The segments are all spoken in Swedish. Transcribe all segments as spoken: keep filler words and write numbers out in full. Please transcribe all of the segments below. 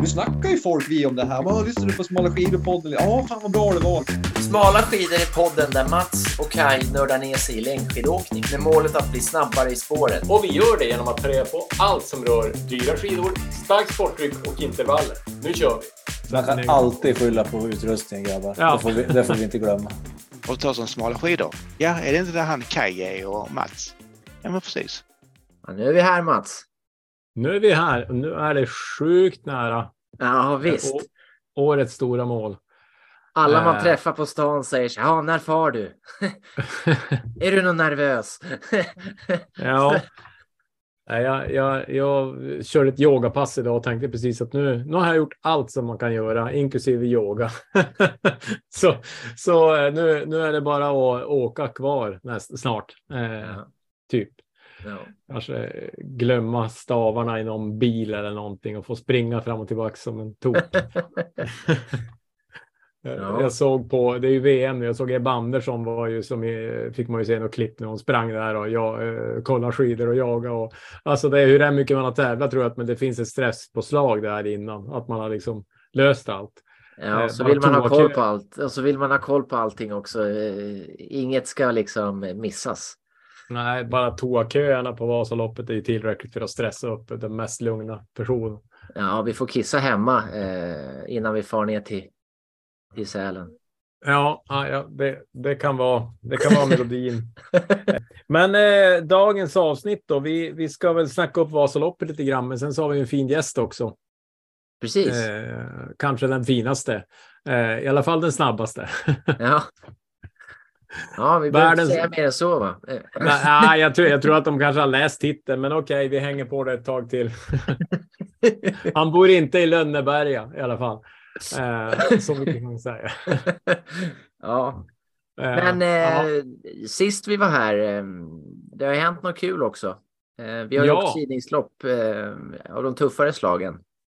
Nu snackar ju folk vi om det här. Vad lyssnar du på Smala skidor-podden? Ja, fan vad bra det var. Smala skidor är podden där Mats och Kai nördar ner sig i längdskidåkning med målet att bli snabbare i spåret. Och vi gör det genom att ta reda på allt som rör dyra skidor, starkt sporttryck och intervaller. Nu kör vi! Man kan alltid skylla på utrustningen, grabbar. Ja. Det, får vi, det får vi inte glömma. Och ta som Smala skidor. Ja, är det inte där han Kai är och Mats? Ja, men precis. Ja, nu är vi här, Mats. Nu är vi här och nu är det sjukt nära. Ja, visst. Å- årets stora mål. Alla man äh... träffar på stan säger så, ja, när far du? Är du någon nervös? Ja. Jag, jag, jag körde ett yogapass idag och tänkte precis att nu, nu har jag gjort allt som man kan göra, inklusive yoga. så så nu, nu är det bara att åka kvar näst, snart. Eh, ja. Typ. Ja. Kanske glömma stavarna i någon bil eller någonting och få springa fram och tillbaka som en tok. Ja. Jag såg på, det är ju V M nu, jag såg Ebba Andersson var ju som i, fick man ju se något klipp när hon sprang där och jag eh, kollade skidor och jaga och alltså det är hur det är mycket man har tävlat tror jag, men det finns ett stresspåslag där innan att man har liksom löst allt. Ja, så vill man ha koll på allt och så vill man ha koll på allting också. Inget ska liksom missas. Nej, bara toaköerna på Vasaloppet är ju tillräckligt för att stressa upp den mest lugna personen. Ja, vi får kissa hemma eh, innan vi far ner till i Sälen. Ja, ja det, det kan vara det kan vara melodin. Men eh, dagens avsnitt då, vi, vi ska väl snacka upp Vasaloppet lite grann, men sen så har vi en fin gäst också. Precis. Eh, kanske den finaste. Eh, I alla fall den snabbaste. Ja. Ja, vi behöver Världens... inte säga mer än så, va? Nej, jag tror, jag tror att de kanske har läst titeln, men okej, vi hänger på det ett tag till. Han bor inte i Lönneberga i alla fall. Eh, så mycket kan man säga. Ja. Eh, men eh, ja. Sist vi var här, eh, det har hänt något kul också. Eh, vi har ja. ju åkt sidningslopp eh, av de tuffare slagen.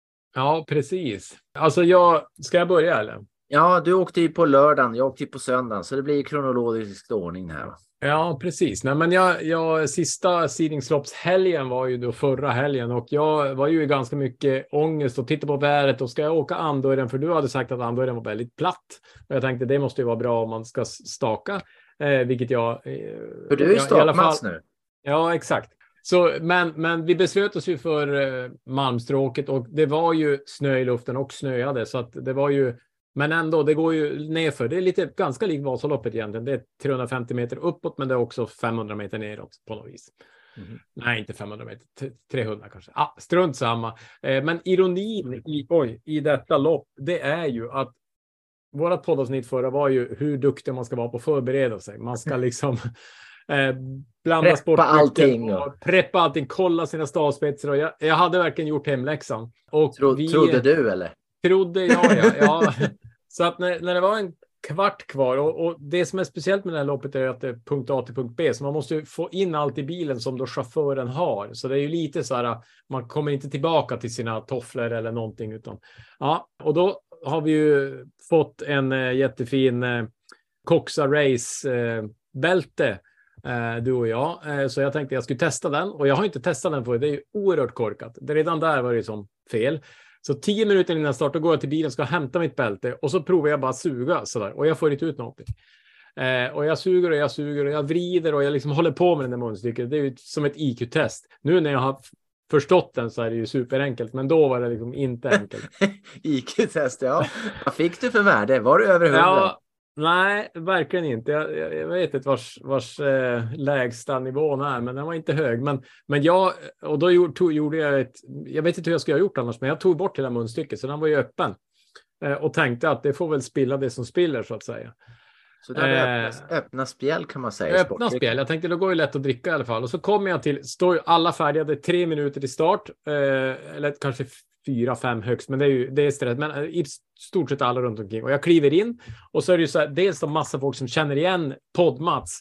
Ja, precis. Alltså, jag, ska jag börja eller? Ja, du åkte ju på lördagen, jag åkte ju på söndagen, så det blir ju kronologisk ordning här. Va? Ja, precis. Nej, men jag, jag, sista sidningsloppshelgen var ju då förra helgen och jag var ju ganska mycket ångest och tittade på vädret och ska jag åka Andören, för du hade sagt att Andören var väldigt platt. Och jag tänkte det måste ju vara bra om man ska staka, eh, vilket jag... Eh, för du är ju stakmats nu. Ja, exakt. Så, men, men vi beslöt oss ju för eh, Malmstråket och det var ju snö i luften och snöade, så att det var ju... Men ändå, det går ju nerför. Det är lite ganska likt Vasaloppet egentligen. Det är trehundrafemtio meter uppåt, men det är också femhundra meter neråt på något vis. Mm. Nej, inte femhundra meter. trehundra kanske. Ah, strunt samma. Eh, men ironin i, oj, i detta lopp, det är ju att vårat poddavsnitt förra var ju hur duktig man ska vara på att förbereda sig. Man ska liksom eh, blanda preppa allting. Och preppa allting, kolla sina stavspetsar. Och jag, jag hade verkligen gjort hemläxan. Och Tro, vi, trodde du eller? Trodde jag, ja. ja. Så att när, när det var en kvart kvar och, och det som är speciellt med det här loppet är att det är punkt A till punkt B, så man måste ju få in allt i bilen som då chauffören har. Så det är ju lite så här, man kommer inte tillbaka till sina tofflor eller någonting utan, ja. Och då har vi ju fått en äh, jättefin äh, Coxa Race äh, bälte, äh, du och jag. Äh, så jag tänkte jag skulle testa den och jag har inte testat den för det är ju oerhört korkat. Det redan där var det som fel. Så tio minuter innan start, då går jag till bilen och ska hämta mitt bälte. Och så provar jag bara suga sådär. Och jag får inte ut någonting. Eh, och jag suger och jag suger och jag vrider och jag liksom håller på med den där munstycket. Det är ju som ett I Q-test. Nu när jag har förstått den så är det ju superenkelt. Men då var det liksom inte enkelt. I Q-test, ja. Vad fick du för värde? Var du över hundra? Ja, nej, verkligen inte. Jag, jag, jag vet inte vars, vars eh, lägsta nivån är, men den var inte hög. Men, men jag, och då gjorde, tog, gjorde jag ett, jag vet inte hur jag skulle ha gjort annars, men jag tog bort hela munstycket, så den var ju öppen. Eh, och tänkte att det får väl spilla det som spiller, så att säga. Så det är öppna, öppna spjäl kan man säga. Öppna spjäl, jag tänkte det går ju lätt att dricka i alla fall. Och så kommer jag till, står alla färdiga, det är tre minuter till start, eh, eller kanske fyra, fem högst, men det är ju det är stress, men i stort sett alla runt omkring. Och jag kliver in och så är det ju så här, dels en massa folk som känner igen poddmats.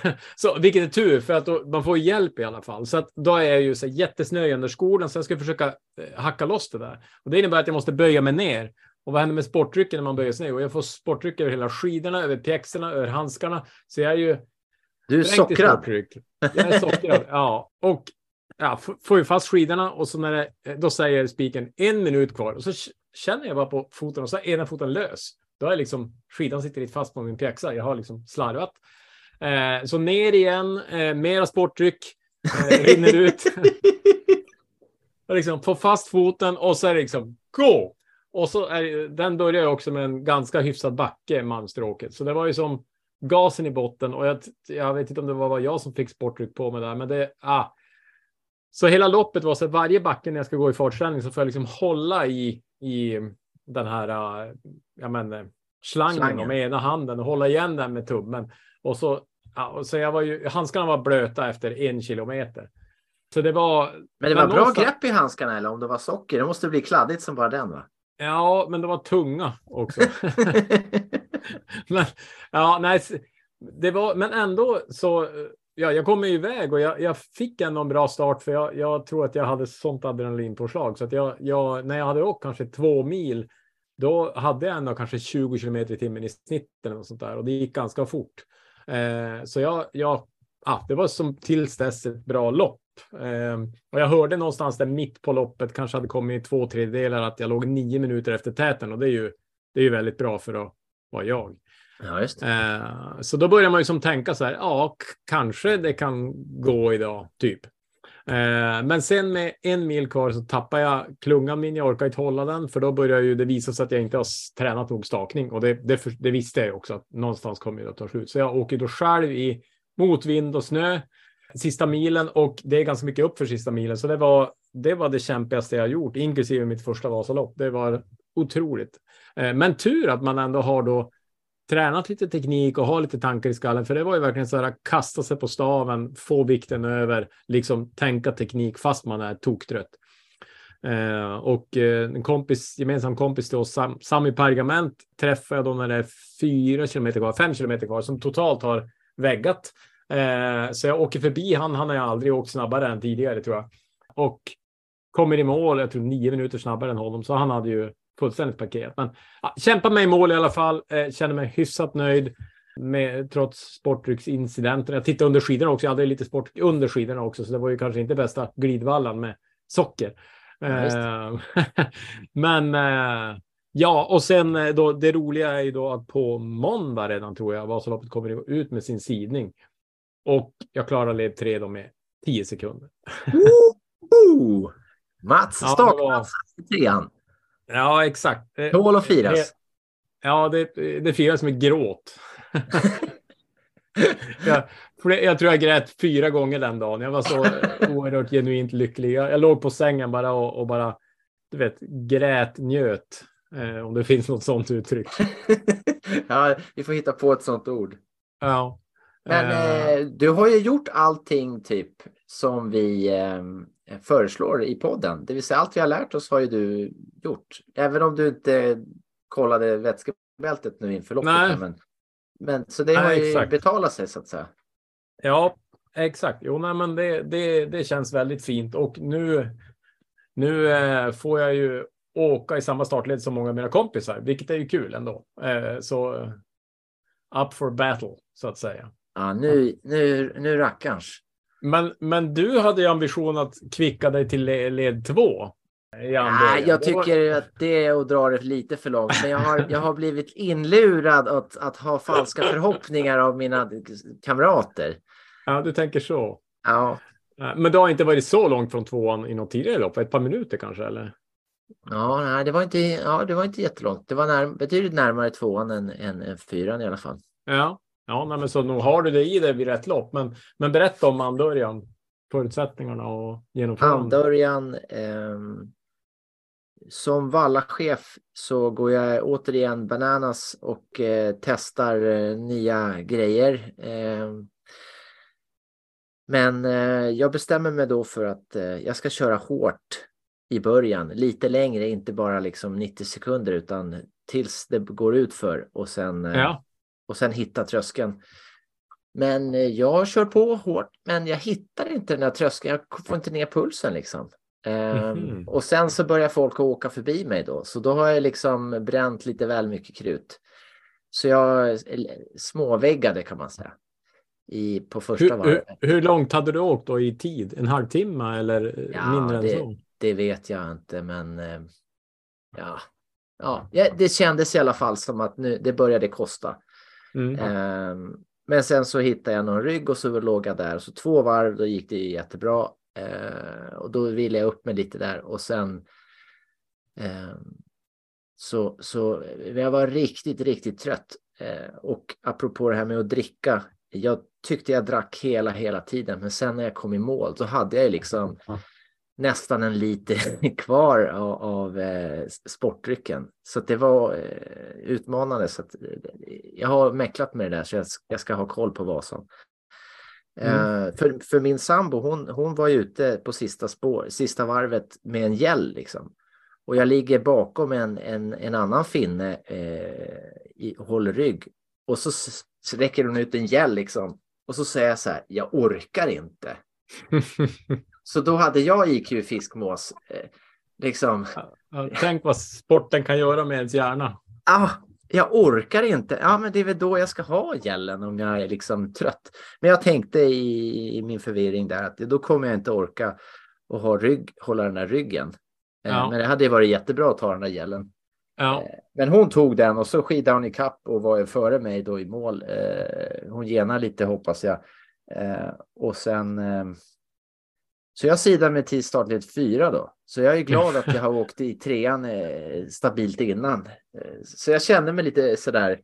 Så, vilket är tur, för att då, man får hjälp i alla fall. Så att då är jag ju så här, jättesnö under skorna, så jag ska försöka eh, hacka loss det där. Och det innebär att jag måste böja mig ner. Och vad händer med sportdrycken när man böjer sig ner? Och jag får sportdryck över hela skidorna, över pjäxorna, över handskarna. Så jag är ju... Du är sockrad. Jag är sockrad, ja. Och ja, f- får ju fast skidorna och så när det, då säger spiken en minut kvar och så känner jag bara på foten och så är ena foten lös. Då är liksom skidan sitter lite fast på min pjäxa. Jag har liksom slarvat. Eh, så ner igen, eh, mera sporttryck, eh, rinner ut. och liksom få fast foten och så är det liksom gå. Och så är den börjar ju också med en ganska hyfsad backe, Malmstråket. Så det var ju som gasen i botten och jag, jag vet inte om det var jag som fick sporttryck på mig där, men det ah. Så hela loppet var så att varje backe när jag ska gå i fartställning så får jag liksom hålla i i den här uh, jag menar slangen, slangen med ena handen och hålla igen den med tummen och så ja, och så jag var ju handskarna var blöta efter en kilometer. Så det var Men det var bra någonstans... grepp i handskarna eller om det var socker. Det måste bli kladdigt som bara den va? Ja, men det var tunga också. men ja, nej det var men ändå så ja, jag kom iväg och jag, jag fick ändå en bra start för jag, jag tror att jag hade sånt adrenalinpåslag så att jag, jag när jag hade åkt kanske två mil då hade jag ändå kanske tjugo kilometer i timmen i snitten och sånt där och det gick ganska fort. Eh, så jag, jag ah, det var som tills dess ett bra lopp. Eh, och jag hörde någonstans där mitt på loppet kanske hade kommit i två tredjedelar att jag låg nio minuter efter täten och det är ju, det är ju väldigt bra för att vara jag. Ja, just det. Eh, så då börjar man ju som tänka så här, ja, k- kanske det kan gå idag, typ. Eh, men sen med en mil kvar så tappar jag klungan min, jag orkar inte hålla den, för då börjar ju det visa sig att jag inte har tränat nog stakning, och det, det, det visste jag ju också, att någonstans kommer det att ta slut. Så jag åker då själv i motvind och snö sista milen, och det är ganska mycket upp för sista milen, så det var det, var det kämpigaste jag har gjort, inklusive mitt första Vasalopp. Det var otroligt. Eh, men tur att man ändå har då tränat lite teknik och har lite tankar i skallen, för det var ju verkligen så här, kasta sig på staven, få vikten över, liksom tänka teknik fast man är toktrött. Eh, och eh, en kompis, gemensam kompis till oss, Sam, Sami Pergament, träffade jag då när det är fyra kilometer kvar, fem kilometer kvar, som totalt har väggat. Eh, så jag åker förbi han, han har jag aldrig åkt snabbare än tidigare tror jag. Och kommer i mål, jag tror nio minuter snabbare än honom, så han hade ju fullständigt paket. Men ja, kämpa mig i mål i alla fall. Eh, känner mig hyfsat nöjd med, trots sporttrycksincidenten. Jag tittade under skidorna också. Jag hade lite sport under skidorna också, så det var ju kanske inte bästa glidvallan med socker. Eh, men eh, ja, och sen då, det roliga är ju då att på måndag redan tror jag Vasaloppet kommer ut med sin sidning. Och jag klarar led tre då med tio sekunder. uh, Mats, start ja, Mats i trean. Ja, exakt. Tål och firas. Ja, det, det firas med gråt. jag, jag tror jag grät fyra gånger den dagen. Jag var så oerhört genuint lycklig. Jag, jag låg på sängen bara och, och bara, du vet, grät, njöt. Eh, om det finns något sånt uttryck. Ja, vi får hitta på ett sånt ord. Ja. Men eh, du har ju gjort allting typ som vi eh, föreslår i podden. Det vill säga allt vi har lärt oss har ju du gjort. Även om du inte kollade vätskebältet nu inför loppet. Men, men, så det nej, har ju exakt. betalat sig så att säga. Ja, exakt. Jo, nej, men det, det, det känns väldigt fint. Och nu, nu eh, får jag ju åka i samma startled som många av mina kompisar. Vilket är ju kul ändå. Eh, så up for battle så att säga. Ja, nu, nu, nu rackarns. Men, men du hade ju ambition att kvicka dig till led, led två. Nej, jag tycker att det är att dra det lite för långt. Men jag har, jag har blivit inlurad att, att ha falska förhoppningar av mina kamrater. Ja, du tänker så. Ja. Men du har inte varit så långt från tvåan i något tidigare lopp? Ett par minuter kanske, eller? Ja, nej, det var inte, ja, det var inte jättelångt. Det var när, betydligt närmare tvåan än, än, än fyran i alla fall. Ja. Ja, nej, men så nog har du det i det vid rätt lopp. Men, men berätta om Andörjan, förutsättningarna och genomförandet. Andörjan, eh, som vallachef så går jag återigen bananas och eh, testar eh, nya grejer. Eh, men eh, jag bestämmer mig då för att eh, jag ska köra hårt i början. Lite längre, inte bara liksom nittio sekunder utan tills det går ut för och sen... Eh, ja. Och sen hitta tröskeln. Men jag kör på hårt. Men jag hittar inte den här tröskeln. Jag får inte ner pulsen liksom. Mm-hmm. Um, och sen så börjar folk åka förbi mig då. Så då har jag liksom bränt lite väl mycket krut. Så jag småväggade kan man säga. i, på första hur, varvet. Hur, hur långt hade du åkt då i tid? En halvtimme eller Ja, mindre det, än så? Det vet jag inte, men eh, ja. Ja, det kändes i alla fall som att nu, det började kosta. Mm. Eh, men sen så hittade jag någon rygg och så låg jag där. Så två varv, då gick det ju jättebra. Eh, och då ville jag upp mig lite där. Och sen eh, så, så jag var riktigt, riktigt trött. Eh, och apropå det här med att dricka. Jag tyckte jag drack hela, hela tiden. Men sen när jag kom i mål så hade jag liksom nästan en liter kvar av, av eh, sportdrycken. Så att det var eh, utmanande. Så att, eh, jag har mäcklat med det där så jag, jag ska ha koll på Vasan. Mm. Eh, för, för min sambo, hon, hon var ute på sista, spår, sista varvet med en gäll liksom. Och jag ligger bakom en, en, en annan finne eh, i håller rygg. Och så, så räcker hon ut en gäll liksom. Och så säger jag så här, jag orkar inte. Så då hade jag I Q fiskmås. Eh, liksom. Ja, tänk vad sporten kan göra med ens hjärna. Ah, jag orkar inte. Ja, men det är väl då jag ska ha gällen om jag är liksom trött. Men jag tänkte i, i min förvirring där att då kommer jag inte orka och ha rygg, hålla den där ryggen. Eh, ja. Men det hade varit jättebra att ta den där gällen. Ja. Eh, men hon tog den och så skidade hon i kapp och var före mig då i mål. Eh, hon genar lite hoppas jag. Eh, och sen... Eh, Så jag sidar med till startled fyra då. Så jag är glad att jag har åkt i trean eh, stabilt innan. Eh, så jag känner mig lite sådär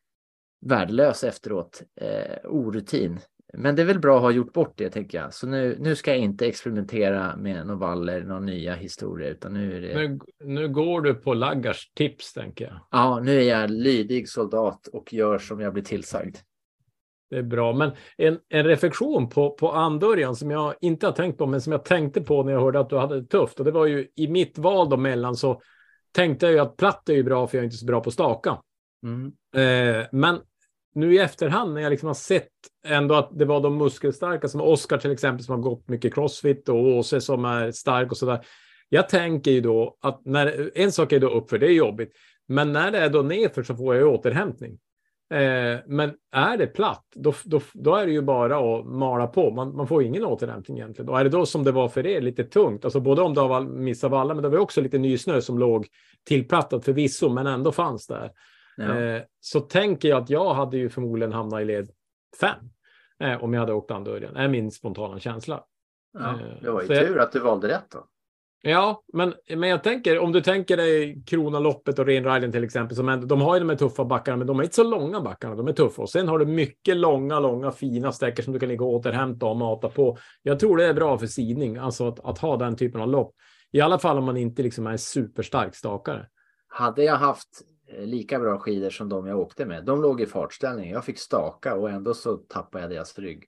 värdelös efteråt. Eh, orutin. Men det är väl bra att ha gjort bort det tänker jag. Så nu, nu ska jag inte experimentera med några valler, några nya historier. Utan nu, är det... nu, nu går du på Laggars tips tänker jag. Ja, nu är jag lydig soldat och gör som jag blir tillsagd. Det är bra, men en, en reflektion på, på Andörjan som jag inte har tänkt på, men som jag tänkte på när jag hörde att du hade det tufft. Och det var ju i mitt val då mellan så tänkte jag ju att platt är ju bra för jag är inte så bra på staka. Mm. Eh, men nu i efterhand när jag liksom har sett ändå att det var de muskelstarka som Oskar till exempel som har gått mycket crossfit och Åse som är stark och sådär. Jag tänker ju då att när, en sak är då uppför, det är jobbigt. Men när det är då nerför så får jag återhämtning. Eh, men är det platt, då, då, då är det ju bara att mala på. Man, man får ingen återhämtning egentligen. Och är det då som det var för er, lite tungt. Alltså både om det var missat valla, men det var också lite nysnö som låg tillplattat förvisso, men ändå fanns där. Ja. Eh, så tänker jag att jag hade ju förmodligen hamnat i led fem. Eh, om jag hade åkt Andörjan, är min spontana känsla. Ja, eh, det var ju tur att du valde rätt då. Ja, men, men jag tänker, om du tänker dig Kronaloppet och Renriden till exempel, som ändå, de har ju de här tuffa backarna, men de är inte så långa backarna, de är tuffa. Och sen har du mycket långa, långa, fina sträckor som du kan ligga och återhämta och mata på. Jag tror det är bra för sidning, alltså att, att ha den typen av lopp. I alla fall om man inte liksom är en superstark stakare. Hade jag haft lika bra skidor som de jag åkte med, de låg i fartställning, jag fick staka och ändå så tappade jag deras rygg.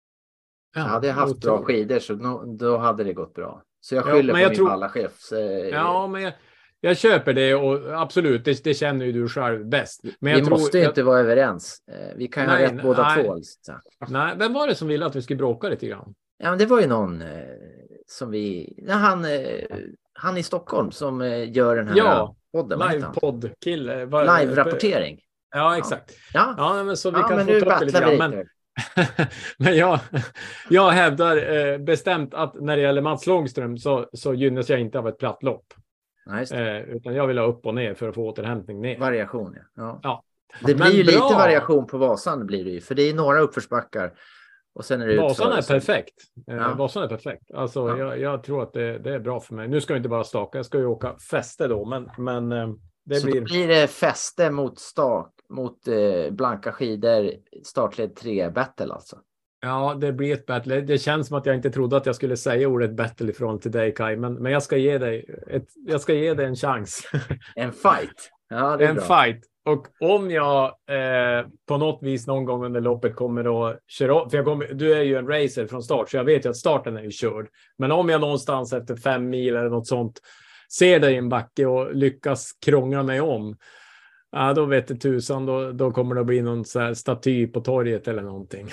Ja, hade jag haft bra skidor så då, då hade det gått bra. Så jag skyller ja, på min tror... vallachef. Så... Ja, men jag, jag köper det och absolut, det, det känner ju du själv bäst. Men vi jag måste tror... ju jag... inte vara överens. Vi kan ju nej, ha rätt båda nej. två. Så. Nej, vem var det som ville att vi skulle bråka lite grann? Ja, men det var ju någon eh, som vi... Ja, han, eh, han i Stockholm som eh, gör den här ja, podden. live-podd-kille. Live-rapportering. Ja, exakt. Ja, ja men så vi ja, kan men få nu ta upp det lite grann. Men... men jag, jag hävdar eh, bestämt att när det gäller Mats Långström så, så gynnas jag inte av ett platt lopp. Nice. Eh, utan jag vill ha upp och ner för att få återhämtning ner. Variation, ja. ja. Det blir men ju bra. Lite variation på Vasan blir det ju. För det är några uppförsbackar. Och sen är det Vasan är perfekt. Eh, ja. Vasan är perfekt. Alltså ja. jag, jag tror att det, det är bra för mig. Nu ska jag inte bara staka, jag ska ju åka fäste då. Men, men eh, det så blir... då blir det fäste mot stak. Mot eh, blanka skidor. Startled tre battle alltså. Ja, det blir ett battle. Det känns som att jag inte trodde att jag skulle säga ordet battle ifrån till dig, Kai. Men, men jag ska ge dig ett, jag ska ge dig en chans. En fight. Ja, det är en bra. fight. Och om jag eh, på något vis någon gång under loppet kommer att köra... För jag kommer, du är ju en racer från start, så jag vet ju att starten är ju körd. Men om jag någonstans efter fem mil eller något sånt ser dig i en backe och lyckas krångla mig om, ja, då vet du tusan, då, då kommer det att bli någon så här staty på torget eller någonting.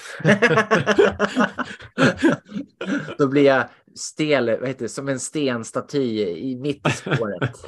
Då blir jag stel, vad heter det, som en stenstaty i mitt i spåret.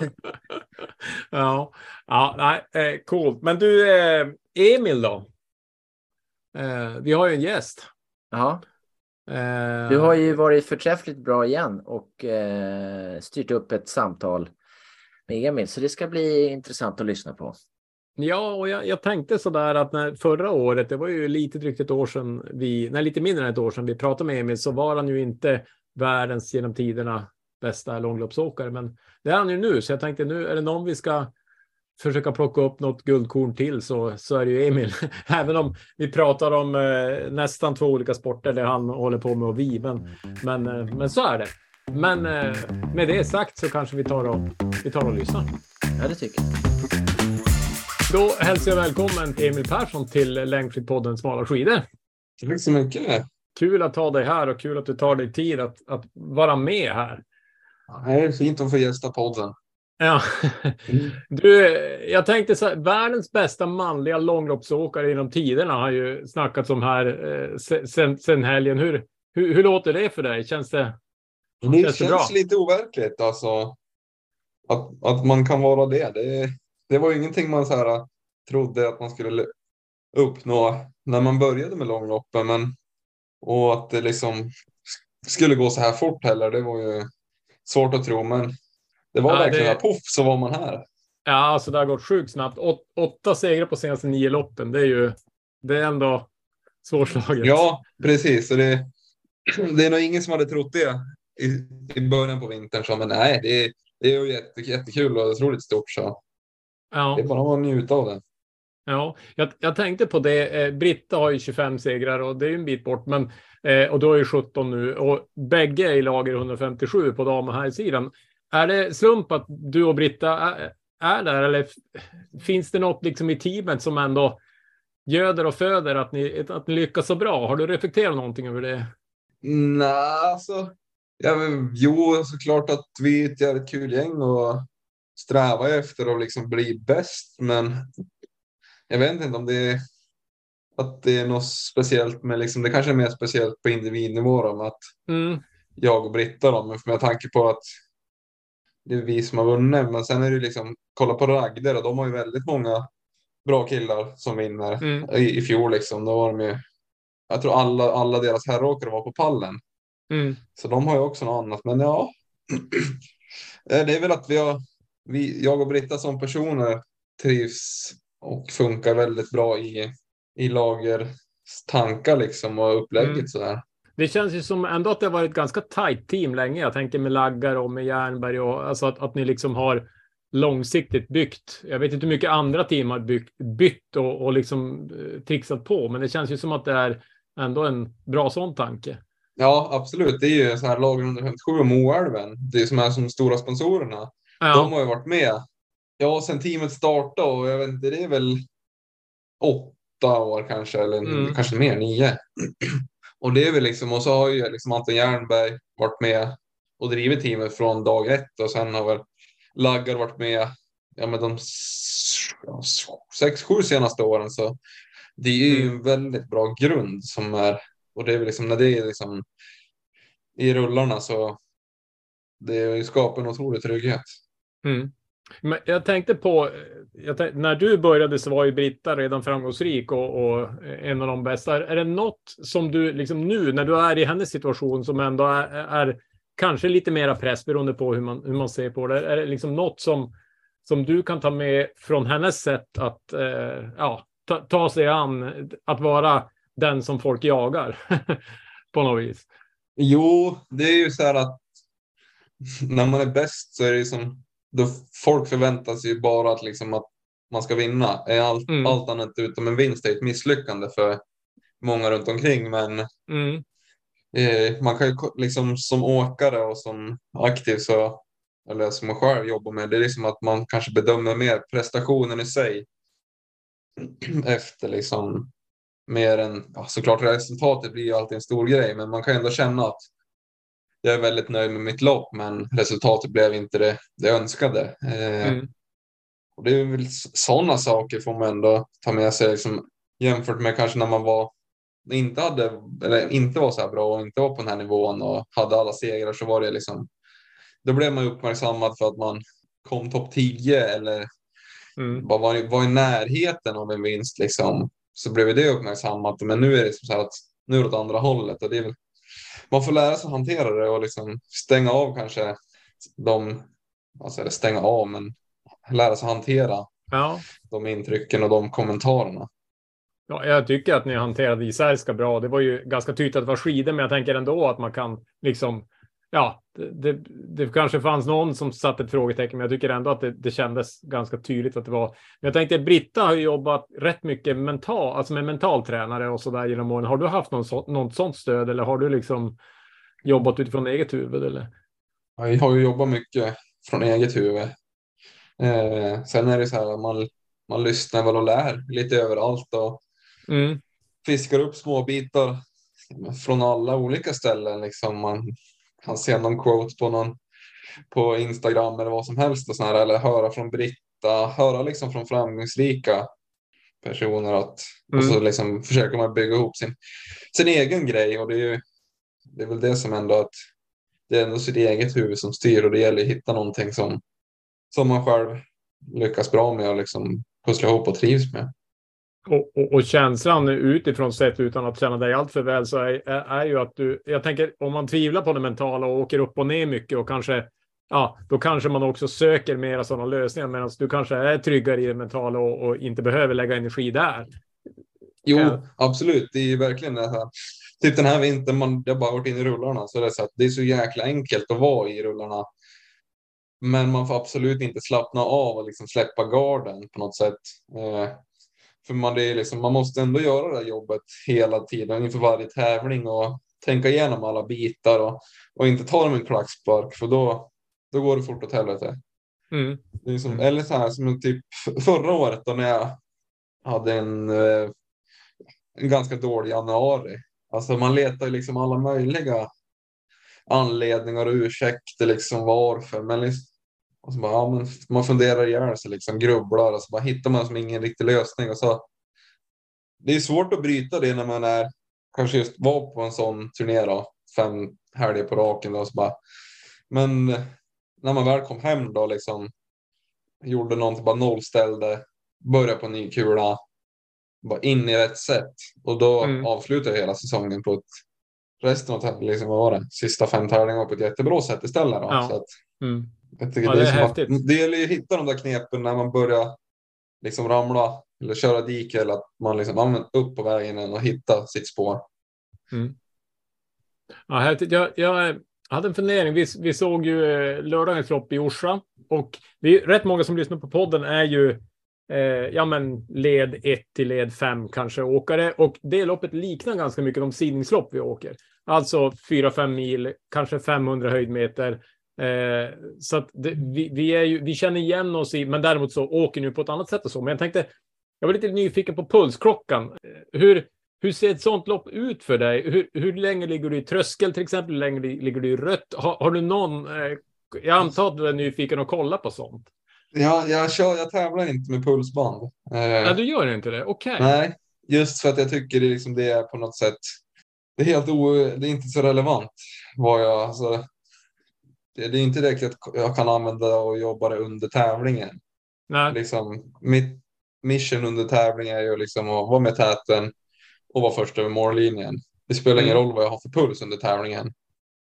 ja, ja, nej, eh, coolt. Men du, eh, Emil då? Eh, vi har ju en gäst. Ja. Eh, Du har ju varit förträffligt bra igen och eh, styrt upp ett samtal med Emil. Så det ska bli intressant att lyssna på. Ja, och jag, jag tänkte sådär att när förra året, det var ju lite drygt ett år sedan vi, nej lite mindre än ett år sedan vi pratade med Emil, så var han ju inte världens genom tiderna bästa långloppsåkare, men det är han ju nu, så jag tänkte nu är det någon vi ska försöka plocka upp något guldkorn till, så, så är det ju Emil. Även om vi pratar om eh, nästan två olika sporter där han håller på med och vi, men, men, eh, men så är det. Men eh, med det sagt så kanske vi tar och, vi tar och lyssnar. Ja, det tycker jag. Då hälsar jag välkommen till Emil Persson till Längdskidpodden Smala skidor. Tack så mycket. Kul att ha dig här och kul att du tar dig tid att, att vara med här. Det är fint att få gästa podden. Ja. Du, jag tänkte så här, världens bästa manliga långloppsåkare inom tiderna har ju snackats om här eh, sen, sen helgen. Hur, hur, hur låter det för dig? Känns det, det känns känns det bra? lite overkligt alltså. Att, att man kan vara det. Det, det var ju ingenting man så här trodde att man skulle uppnå när man började med långloppen. Men, och att det liksom skulle gå så här fort heller, det var ju svårt att tro. Men det var ja, verkligen det... här, puff, så var man här. Ja, alltså det har gått sjukt snabbt. Åt, åtta segrar på senaste nio loppen, det är ju det är ändå svårslaget. Ja, precis. Så det, det är nog ingen som hade trott det i, i början på vintern. Så, men nej, det är, det är ju jätte, jättekul och otroligt stort. Så ja. det är bara att njuta av det. Ja, jag, jag tänkte på det. Eh, Britta har ju tjugofem segrar och det är ju en bit bort. Men, eh, och då är ju sjutton nu. Och bägge är i lager hundrafemtiosju på dam och här sidan. Är det slump att du och Britta är, är där? Eller finns det något liksom i teamet som ändå göder och föder att ni, att ni lyckas så bra? Har du reflekterat någonting över det? Nej, alltså. Ja, men, jo, såklart att vi är ett jävligt kul gäng och strävar efter att liksom bli bäst. Men jag vet inte om det är att det är något speciellt med liksom, det kanske är mer speciellt på individnivå då, med att Mm. jag och Britta då, med tanke på att det är vi som har vunnit. Men sen är det liksom, kolla på Ragder och de har ju väldigt många bra killar som vinner. Mm. I, i fjol liksom, då var de ju, jag tror alla, alla deras herråkare var på pallen. Mm. Så de har ju också något annat. Men ja, det är väl att vi har, vi, jag och Britta som personer trivs och funkar väldigt bra i, i lager tankar liksom och upplägget Mm. sådär. Det känns ju som ändå att det har varit ett ganska tajt team länge. Jag tänker med Laggar och med Järnberg och alltså att, att ni liksom har långsiktigt byggt. Jag vet inte hur mycket andra team har byggt, byggt och, och liksom eh, trixat på, men det känns ju som att det är ändå en bra sån tanke. Ja, absolut. Det är ju så här lager hundrafemtiosju och Moälven. Det är som är som stora sponsorerna. Ja. De har ju varit med. Ja, sen teamet startade och jag vet inte, det är väl åtta år kanske, eller Mm. kanske mer, nio. Och det är väl liksom, och så har ju liksom Anton Järnberg varit med och drivit teamet från dag ett och sen har väl Laggar varit med ja, med de ja, sex, sju senaste åren, så det är ju Mm. en väldigt bra grund som är, och det är väl liksom när det är liksom i rullarna så det skapar en otrolig trygghet. Mm. Men jag tänkte på, jag tänkte, när du började så var ju Britta redan framgångsrik och, och en av de bästa. Är det något som du liksom nu, när du är i hennes situation som ändå är, är kanske lite mera press beroende på hur man, hur man ser på det. Är det liksom något som, som du kan ta med från hennes sätt att eh, ja, ta, ta sig an, att vara den som folk jagar på något vis? Jo, det är ju så här att när man är bäst så är det ju som då folk förväntar sig ju bara att, liksom att man ska vinna. Allt, Mm. allt annat utom en vinst är ett misslyckande för många runt omkring. Men Mm. eh, man kan ju liksom som åkare och som aktiv så, eller som man själv jobbar med, det är liksom att man kanske bedömer mer prestationen i sig efter liksom mer än, ja, såklart resultatet blir ju alltid en stor grej, men man kan ändå känna att jag är väldigt nöjd med mitt lopp, men resultatet blev inte det, det önskade. Eh, Mm. och det är väl sådana saker får man ändå ta med sig liksom, jämfört med kanske när man var inte hade eller inte var så här bra och inte var på den här nivån och hade alla segrar, så var det liksom, då blev man uppmärksammad för att man kom topp tio eller Mm. bara var, var i närheten av en vinst liksom. så blev det uppmärksammat. Men nu är det som så här att nu är det åt andra hållet. Och det är väl, man får lära sig att hantera det och liksom stänga av kanske de, alltså eller stänga av, men lära sig hantera ja. de intrycken och de kommentarerna. Ja, jag tycker att ni hanterade isärska bra. Det var ju ganska tydligt att det var skidor, men jag tänker ändå att man kan liksom, ja, det, det, det kanske fanns någon som satt ett frågetecken, men jag tycker ändå att det, det kändes ganska tydligt att det var. Men jag tänkte, Britta har ju jobbat rätt mycket mental, alltså med mentaltränare och sådär genom åren. Har du haft någon så, något sånt stöd, eller har du liksom jobbat utifrån eget huvud, eller? Jag har ju jobbat mycket från eget huvud. Eh, sen är det så här, man, man lyssnar väl och lär lite överallt och mm. fiskar upp små bitar från alla olika ställen. Liksom man kan se någon quote på någon på Instagram eller vad som helst och sån här, eller höra från Britta, höra liksom från framgångsrika personer att, mm. och så liksom försöker man bygga ihop sin, sin egen grej, och det är ju det är väl det som ändå att det är ändå sitt eget huvud som styr, och det gäller att hitta någonting som, som man själv lyckas bra med och liksom pussla ihop och trivs med. Och, och, och känslan utifrån sett, utan att känna dig allt för väl, så är, är, är ju att du, jag tänker, om man tvivlar på det mentala och åker upp och ner mycket och kanske, ja, då kanske man också söker mera sådana lösningar, medan du kanske är tryggare i det mentala och, och inte behöver lägga energi där. Jo, ja. Absolut. Det är ju verkligen det här. Typ den här vintern, man jag bara varit inne i rullarna, så det är så att det är så jäkla enkelt att vara i rullarna. Men man får absolut inte slappna av och liksom släppa garden på något sätt. Eh, för man, det är liksom, man måste ändå göra det här jobbet hela tiden inför varje tävling och tänka igenom alla bitar och, och inte ta dem en klackspark, för då, då går det fort åt helvete. Mm. Det är som, eller så här som typ förra året då när jag hade en, eh, en ganska dålig januari. Alltså man letar ju liksom alla möjliga anledningar och ursäkter liksom varför. Men liksom, och så bara, ja, men man funderar ihjäl sig, liksom grubblar, och så bara hittar man som ingen riktig lösning. Och så, det är svårt att bryta det när man är kanske just var på en sån turné då, fem helger på raken då, och så bara, men när man väl kom hem då liksom gjorde någonting, bara nollställde, började på en ny kula, bara in i rätt sätt, och då mm. avslutade hela säsongen på ett resten av liksom, vad var det? Sista fem tävlingar på ett jättebra sätt istället då. Ja. Så att, mm. jag tycker ja, det, det är är som häftigt. att, det gäller ju att hitta de där knepen när man börjar liksom ramla eller köra dike, eller att man liksom använder upp på vägen och hitta sitt spår. Mm. Ja, häftigt. Jag, jag hade en fundering. Vi, vi såg ju lördagens lopp i Orsa, och vi, rätt många som lyssnar på podden är ju eh, ja, men led ett till led fem kanske åkare, och det loppet liknar ganska mycket de sidningslopp vi åker. Alltså fyra fem mil, kanske femhundra höjdmeter. Eh, så att det, vi, vi, är ju, vi känner igen oss i, men däremot så åker ni på ett annat sätt och så. Men jag tänkte, jag var lite nyfiken på pulsklockan. Hur, hur ser ett sånt lopp ut för dig? Hur, hur länge ligger du i tröskel till exempel? Hur länge ligger du i rött? Har, har du någon, eh, jag antar att du är nyfiken att kolla på sånt. Ja, jag, kör, jag tävlar inte med pulsband. Eh, Nej, du gör inte det? Okej. Okay. Nej, just för att jag tycker det, liksom, det är på något sätt, det är helt o, det är inte så relevant vad jag, alltså, det, det är inte direkt att jag kan använda och jobba det under tävlingen. Nej. Liksom, mitt mission under tävlingen är ju liksom att vara med täten och vara först över mållinjen. Det spelar mm. ingen roll vad jag har för puls under tävlingen.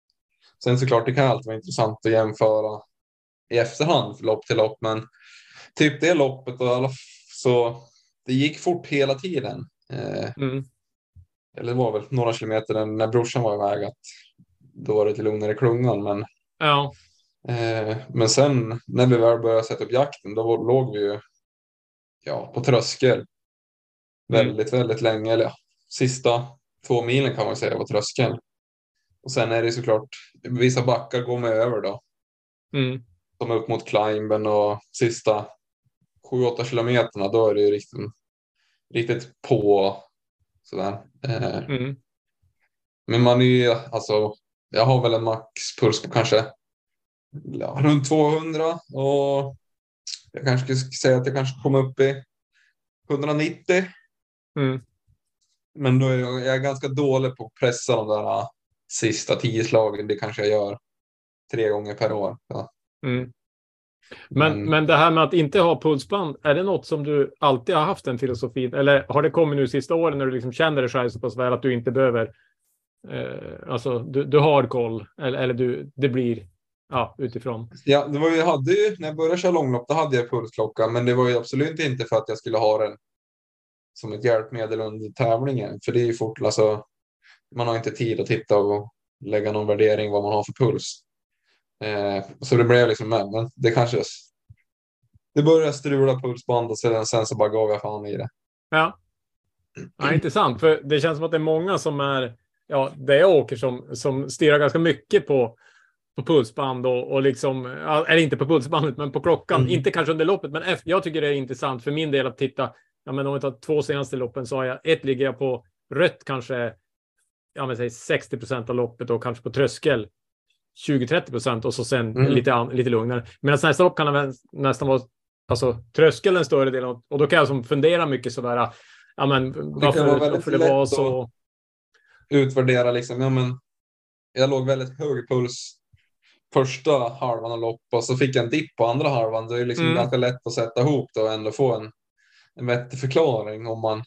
Sen såklart, det kan alltid vara intressant att jämföra i efterhand lopp till lopp, men typ det loppet och alla, så det gick fort hela tiden. Eh, mm. Eller det var väl några kilometer när brorsan var iväg, att då var det lite lugnare i klungan, men ja. eh, men sen när vi väl började sätta upp jakten, då låg vi ju ja, på tröskel mm. väldigt, väldigt länge, eller ja, sista två milen kan man säga var tröskeln. Och sen är det såklart, vissa backar går med över då. Mm. Som upp mot climben, och sista sju åtta kilometerna, då är det ju riktigt, riktigt på sådär. Eh, mm. Men man är ju, alltså, jag har väl en maxpuls på kanske ja, runt tvåhundra, och jag kanske skulle säga att jag kanske kommer upp i hundranittio. Mm. Men då är jag, jag är ganska dålig på att pressa de där sista tio slagen. Det kanske jag gör tre gånger per år. Ja. Mm. Men, Men- men det här med att inte ha pulsband, är det något som du alltid har haft en filosofin? Eller har det kommit nu sista åren när du liksom känner dig själv så pass väl att du inte behöver, eh, alltså du, du har koll, eller, eller du, det blir, ja, utifrån. Ja, det var, jag hade ju, när jag började köra långlopp, då hade jag pulsklocka, men det var ju absolut inte för att jag skulle ha den som ett hjälpmedel under tävlingen. För det är ju fort, alltså, man har inte tid att titta och lägga någon värdering vad man har för puls. Eh, så det blev liksom med, men det kanske, det började strula pulsband och sen, sen så bara gav jag fan i det. Ja. Ja, intressant, för det känns som att det är många som är, ja, det jag åker som, som stirrar ganska mycket på, på pulsband och, och liksom, eller inte på pulsbandet, men på klockan, Mm. inte kanske under loppet, men efter, jag tycker det är intressant för min del att titta, ja, men om vi tar två senaste loppen så har jag, ett ligger jag på rött kanske, ja men säg sextio procent av loppet och kanske på tröskel tjugo till trettio procent och så sen Mm. lite, an, lite lugnare. Medan nästa lopp kan det väl nästan vara, alltså tröskeln en större del, och, och då kan jag som fundera mycket sådär, ja men varför, vara väldigt varför det var lätt så. Utvärdera liksom, ja men jag låg väldigt hög puls första halvan av lopp och så fick jag en dipp på andra halvan. Det är liksom Mm. ganska lätt att sätta ihop det och ändå få en, en vettig förklaring om man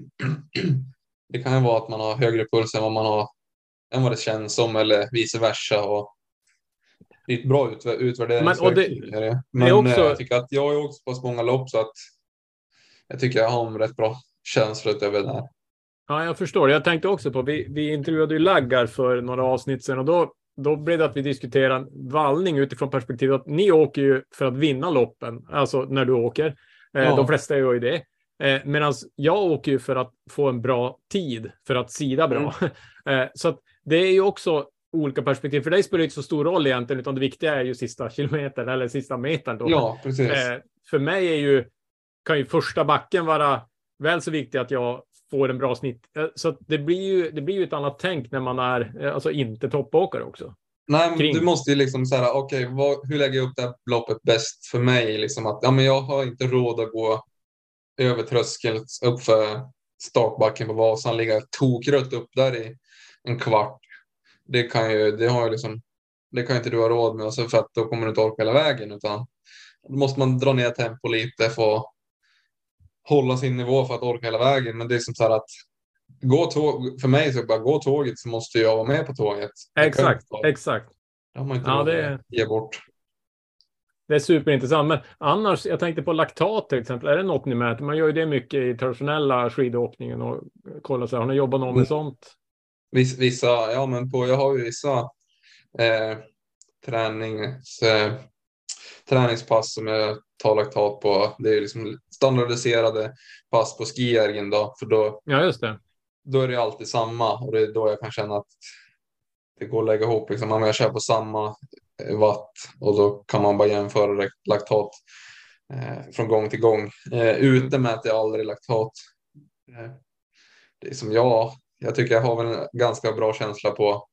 det kan ju vara att man har högre puls än vad man har än vad det känns som, eller vice versa, och det är ett bra ut, utvärderingsverktyg. Men, Men, det, det men är också- eh, jag tycker att jag har ju åkt på så många lopp så att jag tycker jag har en rätt bra känsla över det här. Ja, jag förstår. Jag tänkte också på, vi, vi intervjuade ju Laggar för några avsnitt sedan och då, då blev det att vi diskuterade vallning utifrån perspektivet att ni åker ju för att vinna loppen, alltså när du åker. Eh, Ja. De flesta gör ju det. Eh, Medan jag åker ju för att få en bra tid, för att sida bra. Mm. eh, så att det är ju också olika perspektiv. För dig spelar det inte så stor roll egentligen, utan det viktiga är ju sista kilometern eller sista metern då. Ja, precis. Eh, för mig är ju, kan ju första backen vara väl så viktig att jag får en bra snitt. Eh, Så att det blir ju, det blir ju ett annat tänk när man är eh, alltså inte toppåkare också. Nej, men kring. du måste ju liksom säga, okej, okay, hur lägger jag upp det här loppet bäst för mig? Liksom att, ja, men jag har inte råd att gå över tröskeln upp för startbacken på Vasan, ligga tokrött upp där i en kvart. Det kan ju, det har ju liksom, det kan inte du ha råd med, alltså för att då kommer du inte orka hela vägen, utan då måste man dra ner tempo lite för att hålla sin nivå för att orka hela vägen. Men det är som så här att gå tåg, för mig så bara gå tåget så måste jag vara med på tåget. Exakt, Det exakt. har man inte Ja, råd det- att ge bort. Det är superintressant. Men annars, jag tänkte på laktat till exempel. Är det något ni mäter? Man gör ju det mycket i traditionella skidåkningen och kolla så här. Har ni jobbat någon med Mm. sånt? Viss, vissa, ja men på, jag har ju vissa eh, tränings, eh, träningspass som jag tar laktat på. Det är liksom standardiserade pass på skijärgen då, för då, Ja, just det. då är det alltid samma, och det är då jag kan känna att det går att lägga ihop. Liksom, om jag kör på samma watt, och då kan man bara jämföra laktat eh, från gång till gång. Eh, ute mäter jag aldrig laktat. Eh, det är som jag, jag tycker jag har väl en ganska bra känsla på,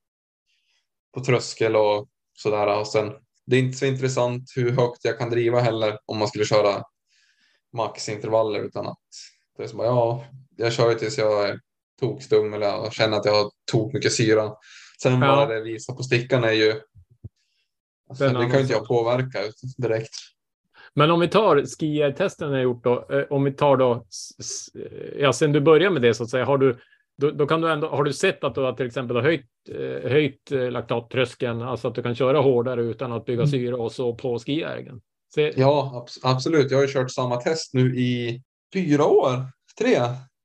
på tröskel och sådär. Och sen, det är inte så intressant hur högt jag kan driva heller om man skulle köra maxintervaller, utan att det är som bara, ja, jag kör ju tills jag är tokstum eller jag känner att jag har tok mycket syra. Sen Ja. bara det visa på stickan är ju, alltså, Den det annan kan ju inte sak. jag påverka direkt. Men om vi tar skiertesten jag har gjort då, eh, om vi tar då, s- s- ja, sen du börjar med det så att säga, har du, då, då kan du ändå, har du sett att du har till exempel har höjt, eh, höjt eh, laktattröskeln, alltså att du kan köra hårdare utan att bygga syra och så på skijärgen? Se, Ja, abs- absolut. Jag har ju kört samma test nu i fyra år. Tre.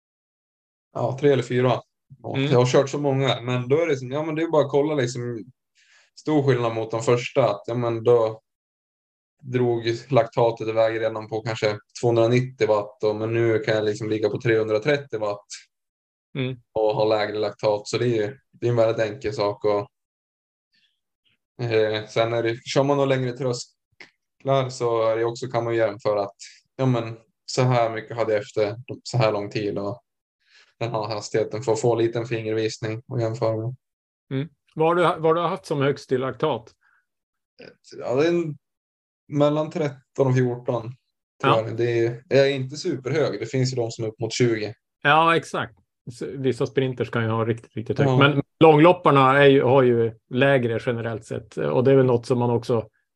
Ja, tre eller fyra. Ja, Mm. Jag har kört så många, men då är det som, ja, men det är bara att kolla liksom stor skillnad mot de första. Att, ja, men då drog laktatet iväg redan på kanske tvåhundranittio watt, och, men nu kan jag liksom ligga på trehundratrettio watt Mm. och ha lägre laktat. Så det är ju det är en väldigt enkel sak. Och, eh, sen är det, kör man några längre trösklar så är det också, kan man jämföra att ja, men, så här mycket hade jag efter så här lång tid, och den här hastigheten för att få en liten fingervisning och jämföra med. vad, har du, vad har du haft som högst i laktat? Ja, det är en, mellan tretton och fjorton. Tror Ja. jag. Det är, jag är inte superhög. Det finns ju de som är upp mot tjugo. Ja, exakt. Så vissa sprinters kan ju ha riktigt, riktigt högt. Ja. Men långlopparna är ju, har ju lägre generellt sett. Och det är väl något som man också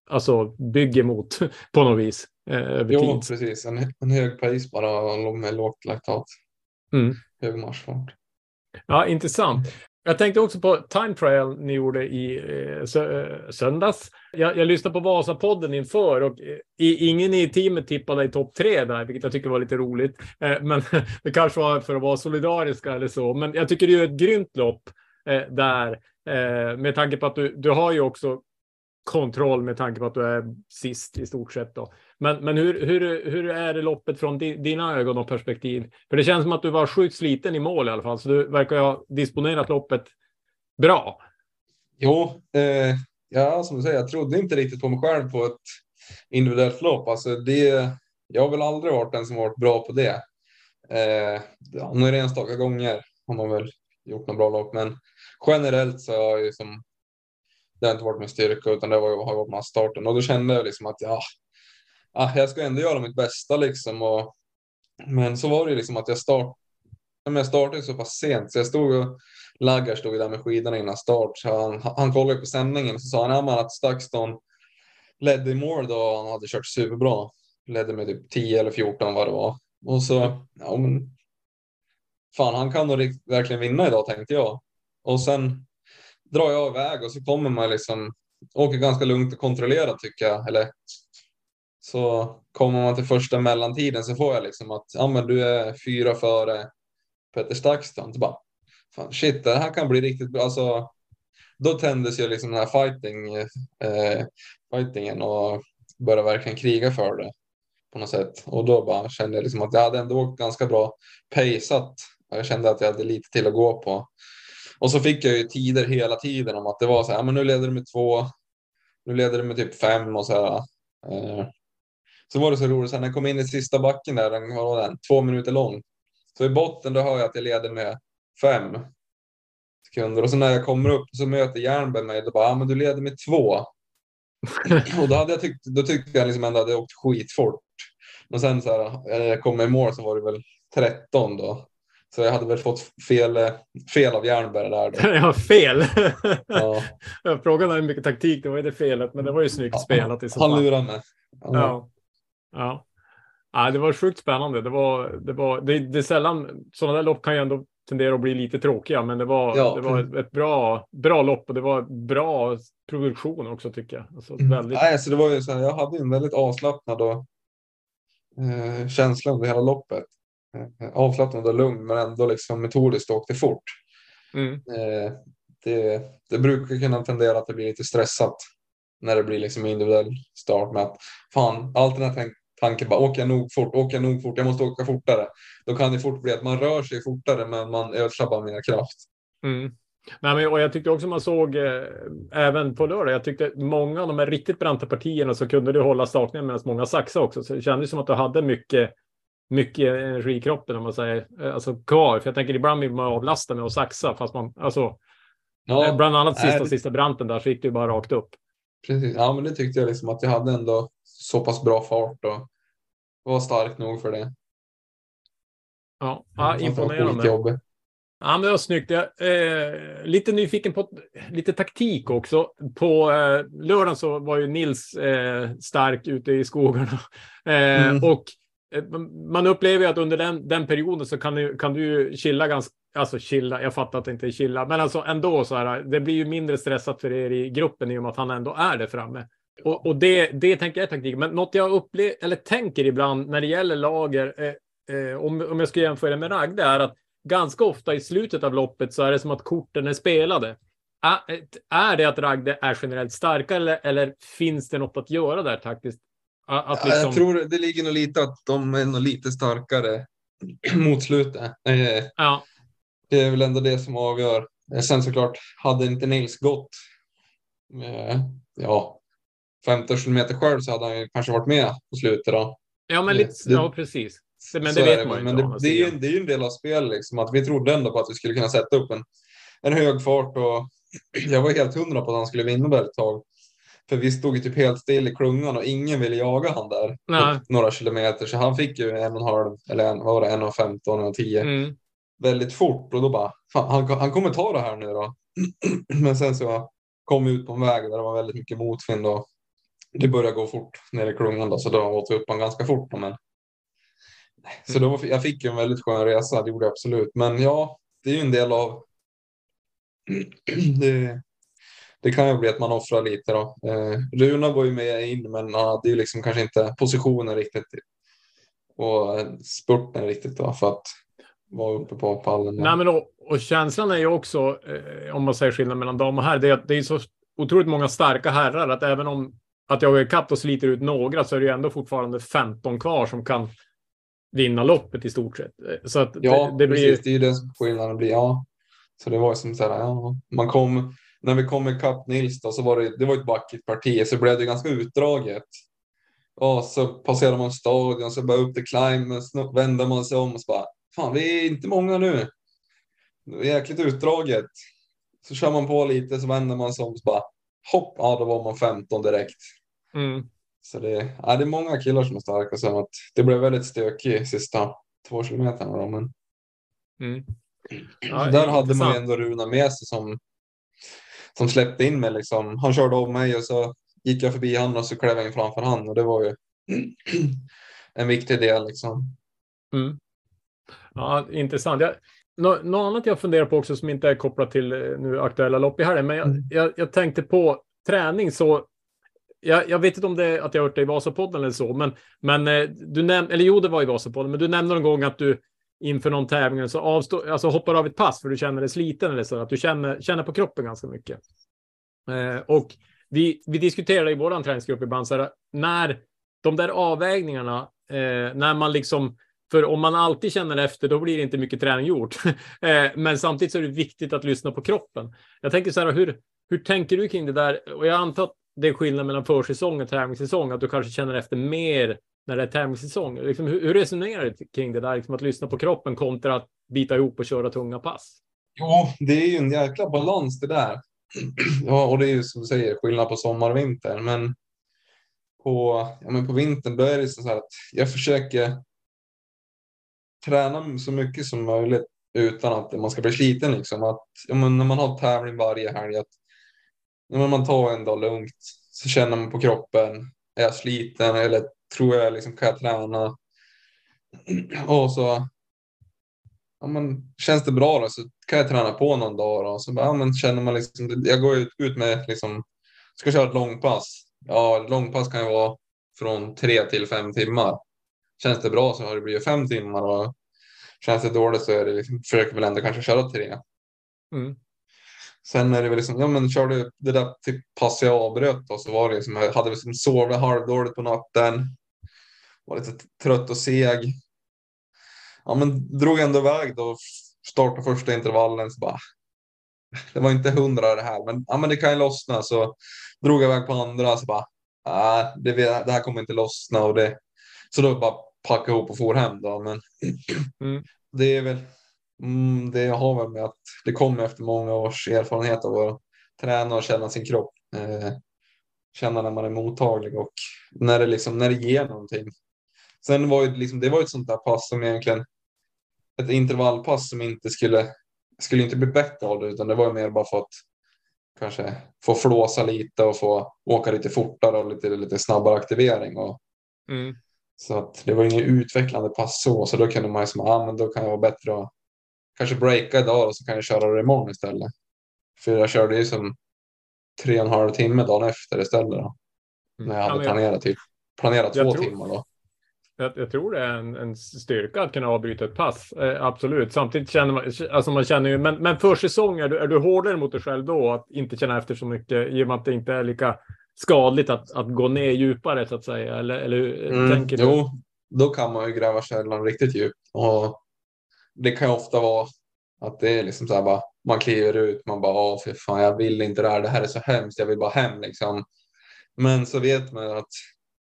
alltså bygger mot på något vis. Eh, över Jo, tid. precis. En, en hög pace bara med lågt laktat. Mm. Hög marschfart. Ja, intressant. Jag tänkte också på time trial ni gjorde i eh, sö- söndags. Jag, jag lyssnade på Vasapodden inför och eh, ingen i teamet tippade i topp tre där, vilket jag tycker var lite roligt. Eh, men det kanske var för att vara solidariska eller så. Men jag tycker det är ett grymt lopp eh, där eh, med tanke på att du, du har ju också kontroll med tanke på att du är sist i stort sett då. Men, men hur, hur, hur är det loppet från di, dina ögon och perspektiv? För det känns som att du var sjukt sliten i mål i alla fall. Så du verkar ha disponerat loppet bra. Jo, eh, ja, som du säger, jag trodde inte riktigt på mig själv på ett individuellt lopp. Alltså det, jag har väl aldrig varit den som varit bra på det. Eh, några enstaka gånger har man väl gjort något bra lopp. Men generellt så har jag ju som det har inte varit min styrka utan det var, har varit med starten. Och då kände jag liksom att ja, ah, jag ska ändå göra mitt bästa liksom. Och, men så var det liksom att jag, start, jag startade så pass sent. Så jag stod och Laggar stod där med skidorna innan start. Så han, han kollade på sändningen så sa han att Stakston ledde i mål då. Han hade kört superbra. Ledde med typ tio eller fjorton vad det var. Och så, ja men fan han kan nog verkligen vinna idag tänkte jag. Och sen drar jag iväg och så kommer man liksom åker ganska lugnt och kontrollerat tycker jag. Eller så kommer man till första mellantiden så får jag liksom att ja men du är fyra före Petter Stakston. Så bara, fan shit det här kan bli riktigt bra. Alltså, då tändes ju liksom den här fighting, eh, fightingen och började verkligen kriga för det på något sätt. Och då bara kände jag liksom att jag hade ändå åkt ganska bra paceat. Jag kände att jag hade lite till att gå på. Och så fick jag ju tider hela tiden om att det var så här, men nu leder du med två, nu leder du med typ fem och så här. Eh, så var det så roligt, sen när jag kom in i sista backen där, den var den, två minuter lång. Så i botten då hör jag att jag leder med fem sekunder. Och så när jag kommer upp så möter Järnberg mig, då bara, ja men du leder med två. Och då hade jag tyckt, då tyckte jag liksom ändå att jag åkt skitfort. Och sen så här, när jag kom i mål så var det väl tretton då. Så jag hade väl fått fel, fel av Järnberg där då. Ja, fel. Ja. Frågan är hur mycket taktik det var i det felet, men det var ju snyggt spelat i så fall. Han lurade mig. Ja. Ja. Ja. Ja, det var sjukt spännande. Det var, det var, det, det är sällan, sådana där lopp kan ju ändå tendera att bli lite tråkiga, men det var, ja. det var ett, ett bra, bra lopp och det var bra produktion också tycker jag. Alltså, väldigt... Nej, så det var ju så här, jag hade en väldigt avslappnad och eh, känsla under hela loppet. Avslappnad och lugn men ändå liksom metodiskt åkte fort. Mm. Eh, det, det brukar kunna tendera att det blir lite stressat när det blir liksom individuell start med att fan, allt den här tank- tanken bara åker jag nog fort, åker jag nog fort, jag måste åka fortare. Då kan det fort bli att man rör sig fortare men man ödslar bara mer kraft. Mm. Nej, men, och jag tyckte också man såg eh, även på lördag, jag tyckte många av de här riktigt branta partierna så kunde du hålla stakningen medan många saxa också. Så det kändes som att du hade mycket mycket energi i kroppen om man säger, alltså kvar, för jag tänker ibland vill man avlasta med att saxa fast man, alltså ja, bland annat sista nej, sista branten där så gick det ju bara rakt upp. Precis, ja men det tyckte jag liksom att jag hade ändå så pass bra fart och var stark nog för det. Ja, ja imponerande. Ja men det var snyggt. Jag är eh, lite nyfiken på lite taktik också. På eh, lördagen så var ju Nils eh, stark ute i skogarna eh, mm. och man upplever ju att under den, den perioden så kan du, kan du ju chilla ganska, alltså chilla, jag fattar att det inte är chilla, men alltså ändå så här, det blir ju mindre stressat för er i gruppen i och med att han ändå är där framme. Och, och det, det tänker jag är taktik, men något jag upplever, eller tänker ibland när det gäller lager, eh, eh, om, om jag ska jämföra det med Ragde, är att ganska ofta i slutet av loppet så är det som att korten är spelade. Är, är det att Ragde är generellt starkare eller, eller finns det något att göra där taktiskt? Att liksom... Jag tror det ligger nog lite att de är nog lite starkare mot slutet. Eh, ja. Det är väl ändå det som avgör. Sen såklart, hade inte Nils gått eh, ja, femton kilometer själv så hade han ju kanske varit med på slutet då. Ja, men lite, det, ja precis. Men det vet det, man ju men inte. Det, det, är ju, det är ju en del av spel liksom, att vi trodde ändå på att vi skulle kunna sätta upp en, en hög fart och jag var helt hundra på att han skulle vinna där ett tag. För vi stod ju typ helt still i klungan och ingen ville jaga han där. Några kilometer. Så han fick ju en och en halv, eller en, vad var det, en och femton, en och tio. Mm. Väldigt fort. Och då bara, fan, han, han kommer ta det här nu då. Men sen så kom vi ut på en väg där det var väldigt mycket motvind. Och det började gå fort nere i klungan då, så då åt vi upp han ganska fort. Då, men... Så då, jag fick ju en väldigt skön resa, det gjorde jag absolut. Men ja, det är ju en del av... det, det kan ju bli att man offrar lite då. Eh, Runa var ju med in, men han hade ju liksom kanske inte positionen riktigt. Och spurten riktigt då, för att vara uppe på pallen. Nej, men och, och känslan är ju också, eh, om man säger skillnad mellan dam och herr, det är att det är så otroligt många starka herrar att även om att jag är kapp och sliter ut några så är det ju ändå fortfarande femton kvar som kan vinna loppet i stort sett. Så att ja, det, det blir precis, det är ju det som skillnaden blir, ja. Så det var ju som så här, ja, man kom, när vi kom i kapp Nils då, så var det, det var ett backigt parti, så blev det ganska utdraget. Och så passerar man stadion, så bara upp till climb, så vänder man sig om och så bara, fan, vi är inte många nu. Det är jäkligt utdraget. Så kör man på lite, så vänder man sig om och så bara, hopp, ja, då var man femton direkt. Mm. Så det, ja, det är många killar som är starka, så att det blev väldigt stökigt sista två kilometerna då, men mm. Ja, där hade man ju ändå Runa med sig som, som släppte in mig liksom. Han körde om mig och så gick jag förbi han och så klev jag in framför han, och det var ju en viktig del liksom. Mm. Ja, intressant. Jag, nå, något annat jag funderar på också som inte är kopplat till nu aktuella lopp i här, men jag, jag, jag tänkte på träning, så jag, jag vet inte om det är att jag har hört det i Vasapodden eller så, men, men du näm- eller jo, det var i Vasapodden, men du nämnde någon gång att du inför någon tävling så avstå, alltså hoppar av ett pass för du känner dig sliten eller så, att du känner, känner på kroppen ganska mycket. Eh, och vi, vi diskuterade i våran träningsgrupp ibland så här, när de där avvägningarna, eh, när man liksom, för om man alltid känner efter, då blir det inte mycket träning gjort. eh, men samtidigt så är det viktigt att lyssna på kroppen. Jag tänker så här, hur, hur tänker du kring det där? Och jag antar att det är skillnad mellan försäsong och tävlingssäsong, att du kanske känner efter mer när det är tävlingssäsong. Liksom, hur, hur resonerar du kring det där? Liksom, att lyssna på kroppen kontra att bita ihop och köra tunga pass? Jo, det är ju en jäkla balans det där. Ja, och det är ju som du säger, skillnad på sommar och vinter. Men på, ja, men på vintern då är det så här att jag försöker träna så mycket som möjligt utan att man ska bli sliten. Liksom. Att, ja, men när man har tävling varje helg, att när man tar en dag lugnt så känner man på kroppen, är jag sliten eller tror jag liksom, kan jag träna? Och så ja, men, känns det bra då, så kan jag träna på någon dag då. Så ja, men, känner man liksom, jag går ut, ut med liksom, ska köra ett långpass. Ja, långpass kan ju vara från tre till fem timmar. Känns det bra så har det blivit fem timmar, och känns det dåligt så är det liksom, försöker väl ändå kanske köra tre. Mm. Sen är det väl liksom, ja men körde det där typ pass jag avbröt då, så var det liksom, jag hade liksom sovit halvdåligt på natten. Var lite trött och seg. Ja men drog ändå iväg då, startade första intervallen så bara, det var inte hundra det här, men ja men det kan ju lossna, så drog jag iväg på andra så bara, nej det, det här kommer inte lossna, och det, så då bara packa ihop och for hem då, men mm. det är väl Mm, det jag har väl med att det kommer efter många års erfarenhet av att träna och känna sin kropp. Eh, känna när man är mottaglig och när det, liksom, när det ger någonting. Sen var det, liksom, det var ett sånt där pass som egentligen, ett intervallpass som inte skulle, skulle inte bli bättre av det, utan det var mer bara för att kanske få flåsa lite och få åka lite fortare och lite, lite snabbare aktivering. Och, mm. Så att det var ingen utvecklande pass så, så då kunde man ju som, ah, men då kan jag vara bättre att kanske breaka idag och så kan jag köra det imorgon istället. För jag körde ju som tre och en halv timme dagen efter istället då. Mm. När jag hade ja, planerat, jag, typ, planerat två tror, timmar då. Jag, jag tror det är en, en styrka att kunna avbryta ett pass. Eh, absolut. Samtidigt känner man, alltså man känner ju, men, men för säsong är du, är du hårdare mot dig själv då att inte känna efter så mycket i och med att det inte är lika skadligt att, att gå ner djupare så att säga. Eller, eller mm, tänker du? Jo, då kan man ju gräva källan riktigt djupt. Och det kan ju ofta vara att det är liksom så här bara, man kliver ut, man bara, åh för fan, jag vill inte det här, det här är så hemskt, jag vill bara hem liksom. Men så vet man att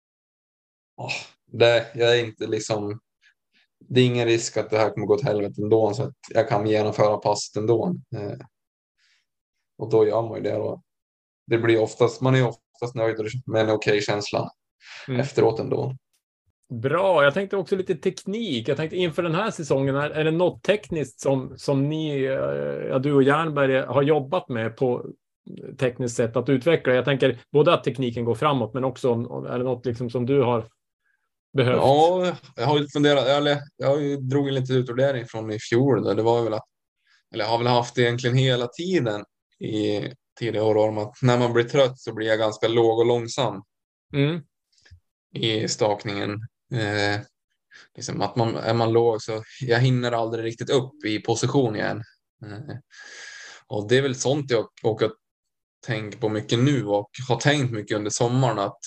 åh, det, jag är inte liksom, det är ingen risk att det här kommer gå till helvete ändå, så att jag kan genomföra passet ändå. Eh, och då gör man ju det då. Det blir oftast, man är oftast nöjd med en okej känsla mm. efteråt ändå. Bra, jag tänkte också lite teknik. Jag tänkte inför den här säsongen, är, är det något tekniskt som, som ni, ja, du och Jernberg har jobbat med på, tekniskt sätt att utveckla? Jag tänker både att tekniken går framåt, men också om, är det något liksom som du har behövt? Ja, jag har ju funderat, eller jag ju drog en liten utvärdering från i fjol där. Det var väl att, eller jag har väl haft det egentligen hela tiden i tidigare år om att när man blir trött så blir jag ganska låg och långsam Mm. i stakningen. Eh, liksom att man, är man låg så jag hinner aldrig riktigt upp i position igen. Eh, och det är väl sånt jag åker tänker på mycket nu och har tänkt mycket under sommaren att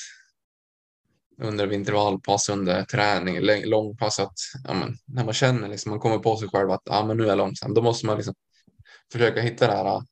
under intervallpass, under träning, långpass att ja, men, när man känner liksom, man kommer på sig själv att ja, men nu är jag långsam, då måste man liksom försöka hitta det här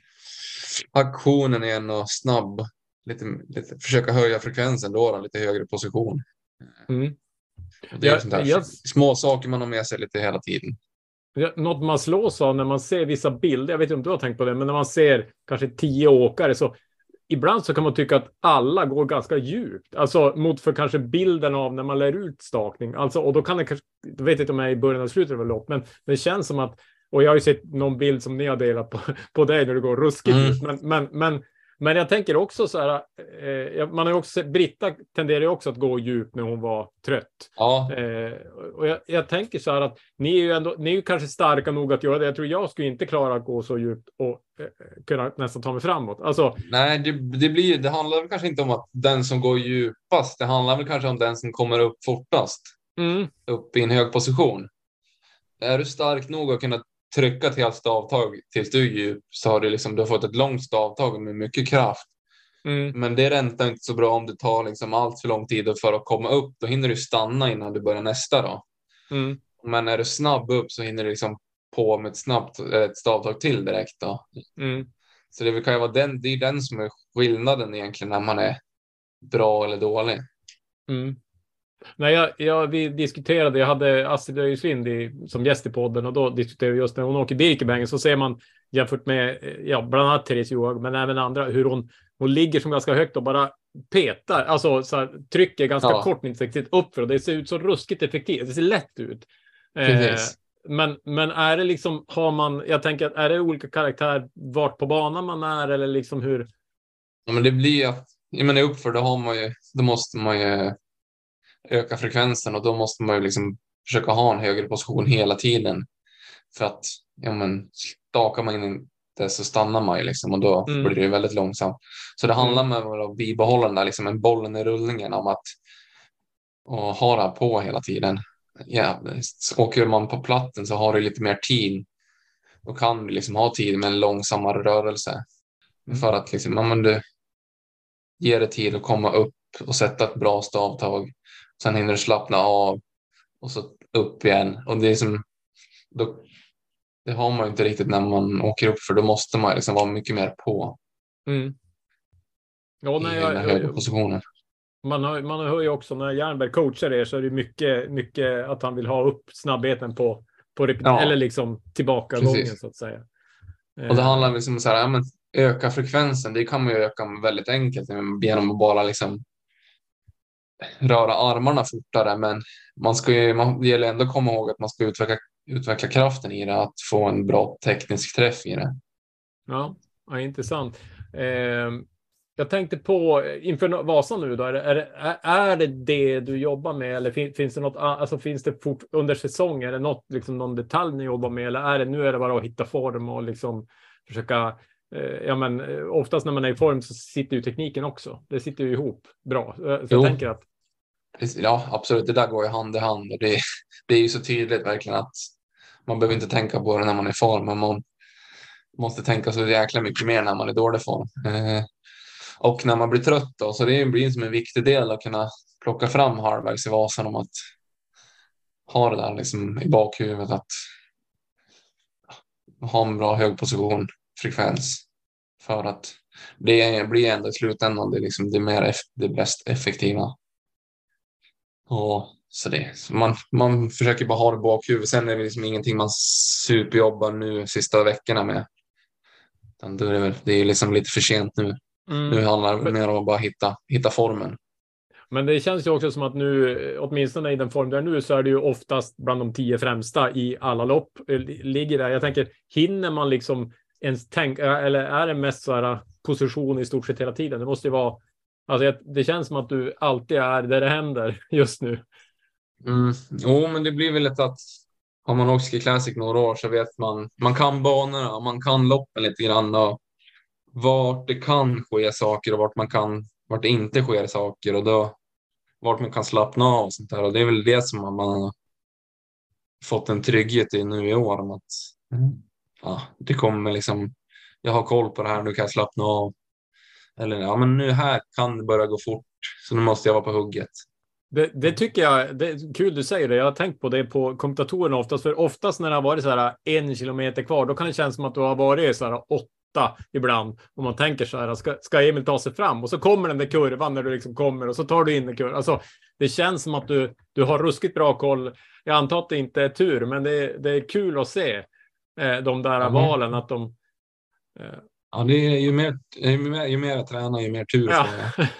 aktionen igen och snabb lite, lite försöka höja frekvensen då, då lite högre position. Mm. Och det är jag, sånt där, jag... små saker man har med sig lite hela tiden. Något man slås av när man ser vissa bilder, jag vet inte om du har tänkt på det, men när man ser kanske tio åkare så ibland så kan man tycka att alla går ganska djupt. Alltså mot för kanske bilden av när man lär ut stakning. Alltså, och då kan det kanske, jag vet inte om jag är i början och slutet av lopp, men det känns som att, och jag har ju sett någon bild som ni har delat på, på dig när det går ruskigt Mm. ut, men, men, men Men jag tänker också så här, eh, man har ju också, Britta tenderar ju också att gå djupt när hon var trött. Ja. Eh, och jag, jag tänker så här att ni är ju ändå, ni är ju kanske starka nog att göra det. Jag tror jag skulle inte klara att gå så djupt och eh, kunna nästan ta mig framåt. Alltså, Nej, det, det, blir, det handlar väl kanske inte om att den som går djupast, det handlar väl kanske om den som kommer upp fortast. mm, Upp i en hög position. Är du stark nog att kunna trycka till ett stavtag tills du är djup så har du, liksom, du har fått ett långt stavtag med mycket kraft. mm, Men det räntar inte så bra om det tar liksom allt för lång tid för att komma upp. Då hinner du stanna innan du börjar nästa då. mm, Men är du snabb upp så hinner du liksom på med ett snabbt ett stavtag till direkt då. mm. Så det kan ju vara den, det är den som är skillnaden egentligen när man är bra eller dålig. Mm. Nej, jag, jag, vi diskuterade, jag hade Astrid Öjeslind i, som gäst i podden och då diskuterade vi just när hon åker Birkebangen så ser man jämfört med, ja, bland annat Therese Johaug men även andra, hur hon, hon ligger som ganska högt och bara petar, alltså så här, trycker ganska Ja. kort instinktivt uppför och det ser ut så ruskigt effektivt, det ser lätt ut. Eh, men, men är det liksom, har man, jag tänker att är det olika karaktär vart på banan man är eller liksom hur? Ja, men det blir att, jag menar uppför då har man ju, då måste man ju öka frekvensen och då måste man ju liksom försöka ha en högre position hela tiden. För att, ja men, stakar man inte så stannar man ju liksom och då Mm. blir det ju väldigt långsamt. Så det handlar med att bibehålla den där liksom en bollen i rullningen om att och ha det på hela tiden. Ja, åker man på platten så har du lite mer tid. Då kan du liksom ha tid med en långsammare rörelse. Mm. För att liksom, ja, men du ger det tid att komma upp och sätta ett bra stavtag. Sen hinner du slappna av och så upp igen. Och det är som, då, det har man ju inte riktigt när man åker upp för då måste man liksom vara mycket mer på Mm. Ja, nej, i den jag, höga jag, positionen. Man, har, man hör ju också när Jernberg coachar er så är det mycket, mycket att han vill ha upp snabbheten på, på repet- Ja. eller liksom tillbaka Precis. gången så att säga. Och det handlar liksom så här, ja, men öka frekvensen, det kan man ju öka väldigt enkelt genom att bara liksom röra armarna fortare, men man ska ju, man, det gäller ändå komma ihåg att man ska utveckla, utveckla kraften i det, att få en bra teknisk träff i det. Ja, ja intressant. Eh, jag tänkte på inför Vasa nu då, är det, är, det, är det det du jobbar med eller fin, finns det något, alltså finns det fort, under säsong, är det något, liksom någon detalj ni jobbar med eller är det nu är det bara att hitta form och liksom försöka, eh, ja men oftast när man är i form så sitter ju tekniken också, det sitter ju ihop bra. Så jag Jo. tänker att Ja, absolut, det där går ju hand i hand och det, det är ju så tydligt verkligen att man behöver inte tänka på det när man är i form, men man måste tänka så jäkla mycket mer när man är i dålig form. Eh, och när man blir trött då, så det blir som en viktig del att kunna plocka fram halvvägs i Vasan om att ha det där liksom i bakhuvudet att ha en bra hög position, frekvens för att det blir ändå i slutändan det, liksom, det är mer eff- det bäst effektiva. Och så det, så man, man försöker bara ha det i bakhuvudet. Sen är det liksom ingenting man superjobbar nu sista veckorna med. Utan då är det, väl, det är liksom lite för sent nu. mm. Nu handlar det mer om att bara hitta, hitta formen. Men det känns ju också som att nu, åtminstone i den form där nu, så är det ju oftast bland de tio främsta i alla lopp ligger där. Jag tänker, hinner man liksom ens tänka, eller är det mest så här position i stort sett hela tiden. Det måste ju vara, alltså det känns som att du alltid är där det händer just nu. Mm. Jo, men det blir väl lätt att har man åkt Ski Classic några år så vet man, man kan banorna, man kan loppen lite grann och vart det kan ske saker och vart man kan, vart det inte sker saker och då vart man kan slappna av och sånt där. Och det är väl det som man, man har fått en trygghet i nu i år om att ja, det kommer liksom, jag har koll på det här, nu kan jag slappna av. Eller ja, men nu här kan det börja gå fort så nu måste jag vara på hugget. Det, det tycker jag, det är kul du säger det. Jag har tänkt på det på kommentatorerna oftast. För oftast när det har varit så här en kilometer kvar, då kan det kännas som att du har varit så här åtta ibland. Om man tänker så här, ska, ska Emil ta sig fram? Och så kommer den där kurvan när du liksom kommer och så tar du in den kurvan. Alltså, det känns som att du, du har ruskigt bra koll. Jag antar att det inte är tur, men det, det är kul att se eh, de där mm. valen. Att de... Eh, Ja, det är ju mer, ju mer, ju mer jag tränar, ju mer tur. Ja.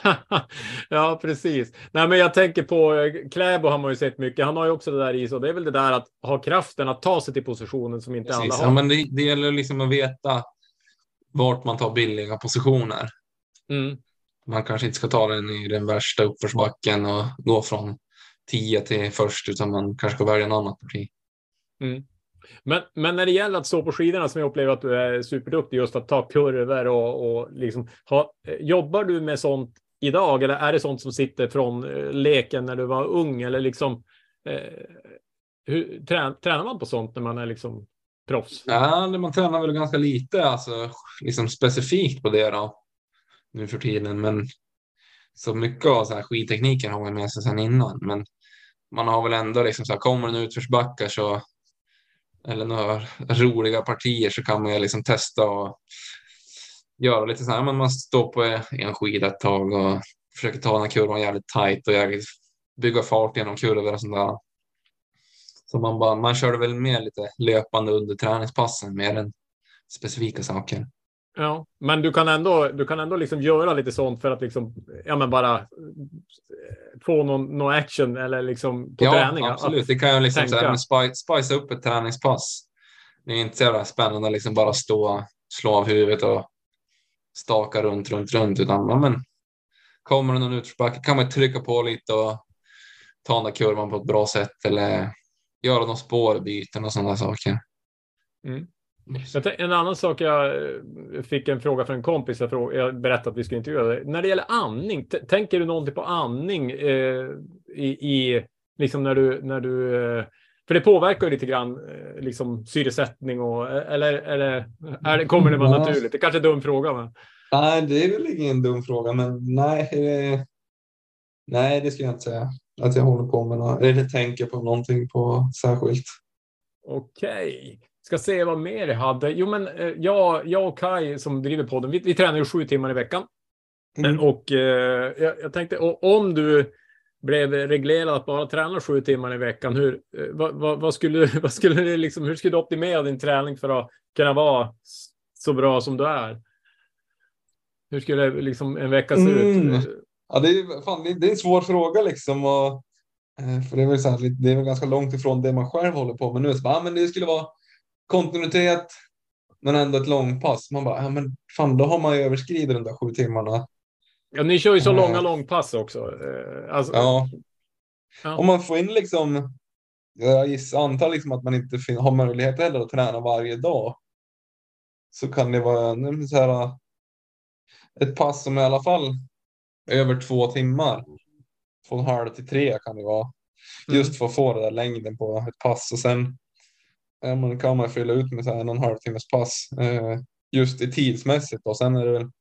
Ja, precis. Nej, men jag tänker på Kläbo har man ju sett mycket. Han har ju också det där i så. Det är väl det där att ha kraften att ta sig till positionen som inte precis. alla har. Ja, men det, det gäller liksom att veta vart man tar billiga positioner. Mm. Man kanske inte ska ta den i den värsta uppförsbacken och gå från tio till först, utan man kanske ska välja en annan parti. Mm. Men, men när det gäller att stå på skidorna, som jag upplever att du är superduktig just att ta kurvor och, och liksom ha, jobbar du med sånt idag eller är det sånt som sitter från eh, leken när du var ung eller liksom eh, hur, trän, tränar man på sånt när man är liksom proffs? Ja, man tränar väl ganska lite alltså liksom specifikt på det då nu för tiden, men så mycket av så här skidtekniken har man med sig sedan innan, men man har väl ändå liksom så här, kommer en utförsbackar så eller några roliga partier så kan man ju liksom testa och göra lite så här, men man står på en skida ett tag och försöker ta den här kurvan jävligt tajt och jävligt bygga fart genom kurvor och sånt där. Så man bara, man körde väl med lite löpande under träningspassen mer än specifika saker. Ja, men du kan ändå, du kan ändå liksom göra lite sånt för att liksom, ja men bara få någon, någon action eller liksom på ja, träning. Ja, absolut. Det kan jag liksom så här, spice, spice upp ett träningspass. Det är inte så jävla spännande liksom bara stå, slå av huvudet och staka runt, runt, runt. Utan ja, men kommer det någon utförsbacke kan man trycka på lite och ta den där kurvan på ett bra sätt eller göra någon spårbyten och sådana saker. Mm. En annan sak, jag fick en fråga från en kompis, jag, fråga, jag berättade att vi skulle inte göra det. När det gäller andning, t- tänker du någonting på andning eh, i, i liksom när du, när du eh, för det påverkar ju lite grann eh, liksom syresättning och, eller, eller är det, kommer det vara naturligt? Det är kanske är en dum fråga, men... Nej, det är väl ingen dum fråga, men nej, det, nej, det ska jag inte säga att jag håller på med något, eller tänker på någonting på särskilt. Okej. Okay. Ska se vad mer jag hade. Jo, men eh, jag, jag och Kai som driver podden, vi, vi tränar ju sju timmar i veckan. Mm. Och eh, jag, jag tänkte, och, om du blev reglerad att bara träna sju timmar i veckan, hur, eh, vad, vad, vad skulle, vad skulle det liksom, hur skulle du optimera din träning för att kunna vara så bra som du är? Hur skulle liksom en vecka se mm. ut? Ja, det är, fan, det, det är en svår fråga liksom. Och, för det är väl så här, det är väl ganska långt ifrån det man själv håller på med nu. Så bara, ja, men det skulle vara kontinuitet men ändå ett långpass. Man bara, ja, men fan, då har man ju överskridit de där sju timmarna. Ja, ni kör ju så äh, långa långpass också. Alltså, ja. ja. Om man får in liksom, jag gissar, antar liksom att man inte fin- har möjlighet heller att träna varje dag. Så kan det vara så här, ett pass som i alla fall över två timmar. Från halv till tre kan det vara. Just mm. för att få det där längden på ett pass. Och sen ja, man kan man fylla ut med så här en och en halv timmes pass. Eh, just i tidsmässigt. Och sen är det väl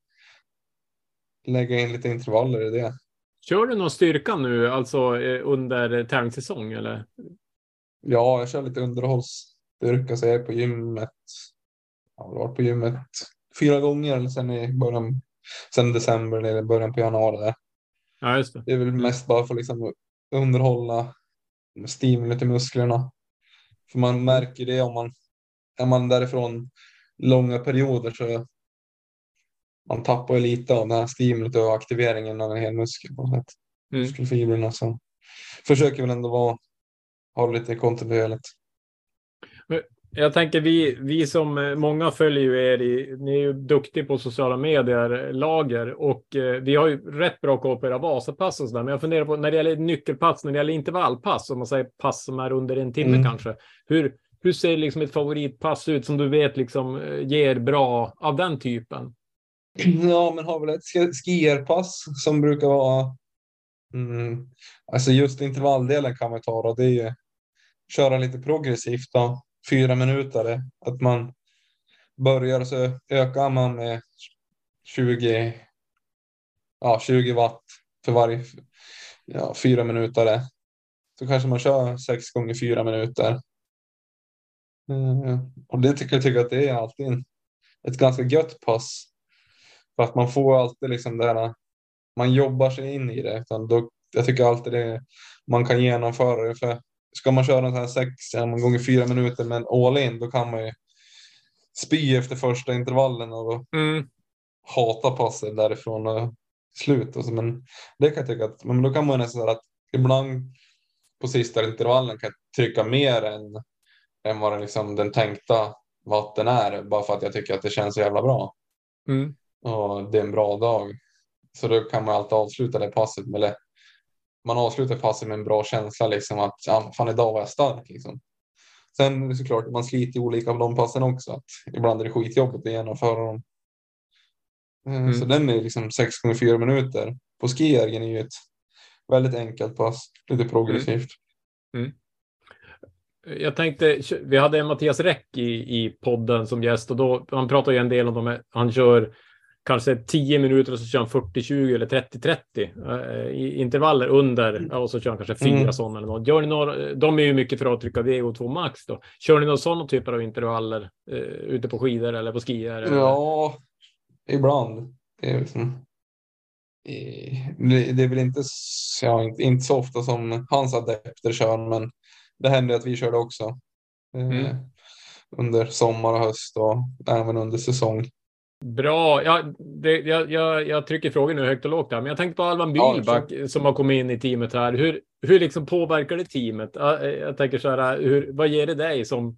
lägga in lite intervaller i det. Kör du någon styrka nu, alltså eh, under tävlingssäsong eller? Ja, jag kör lite underhållsstyrka. Så jag är på gymmet. Jag har varit på gymmet fyra gånger. Sen i början, sen december eller början på januari. Där. Ja, just det. Det är väl mest bara för liksom underhålla stimulet i musklerna. För man märker det om man är man därifrån långa perioder så man tappar lite av den här stimulet och aktiveringen av en hel muskel på sätt. Mm. Muskelfibrerna så försöker väl ändå vara ha lite kontinuerligt. Jag tänker vi, vi som många följer ju er i, ni är ju duktiga på sociala medier, Lager, och eh, vi har ju rätt bra koll på era Vasapass och sådär. Men jag funderar på när det gäller nyckelpass, när det gäller intervallpass, om man säger pass som är under en timme Mm. kanske. Hur, hur ser liksom ett favoritpass ut som du vet liksom ger bra av den typen? Ja, men har väl ett sk- skierpass som brukar vara... Mm, alltså just intervalldelen kan man ta då. Det är ju köra lite progressivt då. Fyra minuter. Att man börjar så ökar man med tjugo, ja, tjugo watt för varje ja, fyra minuter. Så kanske man kör sex gånger fyra minuter. Mm, och det tycker jag tycker att det är alltid en, ett ganska gött pass. För att man får alltid liksom det här, man jobbar sig in i det. Utan då, jag tycker alltid det man kan genomföra det. För ska man köra en sån här sex ja, gånger fyra minuter med en all in, då kan man ju spy efter första intervallen och Mm. hata passet därifrån och slut. Och så, men det kan jag tycka att, men då kan man nästan säga att ibland på sista intervallen kan jag trycka mer än, än vad den, liksom, den tänkta vatten är. Bara för att jag tycker att det känns så jävla bra. Mm. Och det är en bra dag. Så då kan man alltid avsluta det passet med det. Man avslutar passet med en bra känsla liksom att ja, fan idag var jag stark liksom. Sen är det såklart att man sliter olika av de passen också. Att ibland är det skitjobbigt att genomföra dem. Mm. Så den är liksom sex gånger fyra minuter. På skijärgen är ju ett väldigt enkelt pass. Lite progressivt. Mm. Mm. Jag tänkte, vi hade Mattias Räck i, i podden som gäst och då, han pratar ju en del om de, han kör kanske tio minuter och så kör han fyrtio tjugo eller trettio trettio uh, i intervaller under och så kör han kanske fyra mm. sådana eller något. Gör ni några, de är ju mycket för att trycka V O två max då. Kör ni några sådana typer av intervaller uh, ute på skidor eller på skier? Eller? Ja, ibland. Det är, liksom, det är väl inte, ja, inte, inte så ofta som hans adepter kör, men det händer att vi kör det också. Mm. Uh, under sommar och höst och även under säsong. Bra. Ja, det, jag, jag, jag trycker frågan nu högt och lågt här, men jag tänkte på Alvan Bylback ja, som har kommit in i teamet här. Hur, hur liksom påverkar det teamet? Jag, jag tänker så här, hur, vad ger det dig som...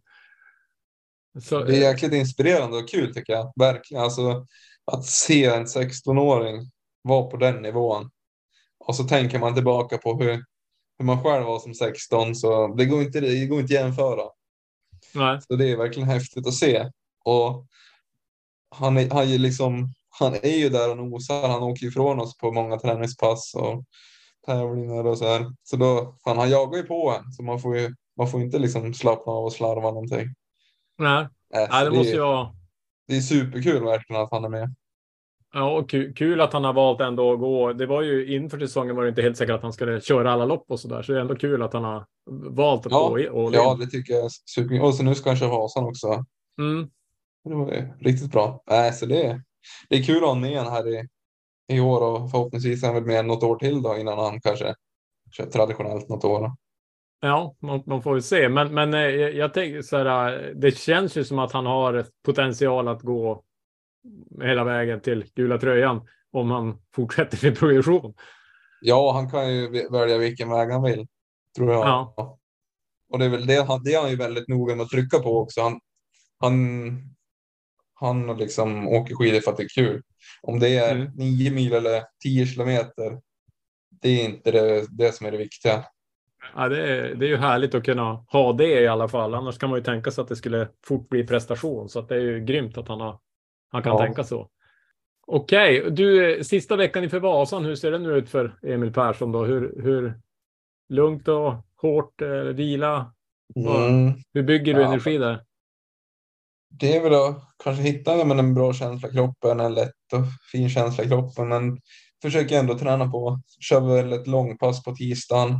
Så, det är jäkligt inspirerande och kul tycker jag. Verkligen. Alltså, att se en sexton-åring vara på den nivån. Och så tänker man tillbaka på hur, hur man själv var som sexton. Så det går inte, det går inte att jämföra. Nej. Så det är verkligen häftigt att se. Och Han är, han, är liksom, han är ju där och nosar. Han åker ifrån oss på många träningspass och tävlingar och så här. Så då, fan, han jagar ju på en. Så man får ju man får inte liksom slappna av och slarva någonting. Nej, äh, Nej det, det måste ju vara... Det är superkul verkligen att han är med. Ja, och kul, kul att han har valt ändå att gå. Det var ju inför säsongen var det inte helt säkert att han skulle köra alla lopp och så där. Så det är ändå kul att han har valt att ja, gå i all in. Ja, det tycker jag är superkul. Och så nu ska han köra Vasan också. Mm. Det var riktigt bra. Äh, så det, det är kul att ha med han här i, i år och förhoppningsvis är han väl med något år till då innan han kanske kör traditionellt något år. Ja, man, man får ju se. Men, men jag, jag tänker så här, det känns ju som att han har potential att gå hela vägen till gula tröjan om han fortsätter med progression. Ja, han kan ju välja vilken väg han vill, tror jag. Ja. Och det är väl det han, det är han ju väldigt noga med att trycka på också. Han, han, han liksom åker skidor för att det är kul. Om det är mm. nio mil eller tio kilometer, det är inte det, det som är det viktiga. Ja, det, är, det är ju härligt att kunna ha det i alla fall. Annars kan man ju tänka sig att det skulle fort bli prestation. Så att det är ju grymt att han, har, han kan ja. tänka så. Okej, okay. Du, sista veckan inför Vasan, hur ser det nu ut för Emil Persson då? Hur, hur lugnt och hårt, eh, vila? Mm. Hur bygger du ja. energi där? Det är väl att kanske hitta men en bra känsla i kroppen, en lätt och fin känsla i kroppen. Men försöker ändå träna på. Kör väl ett långpass på tisdagen.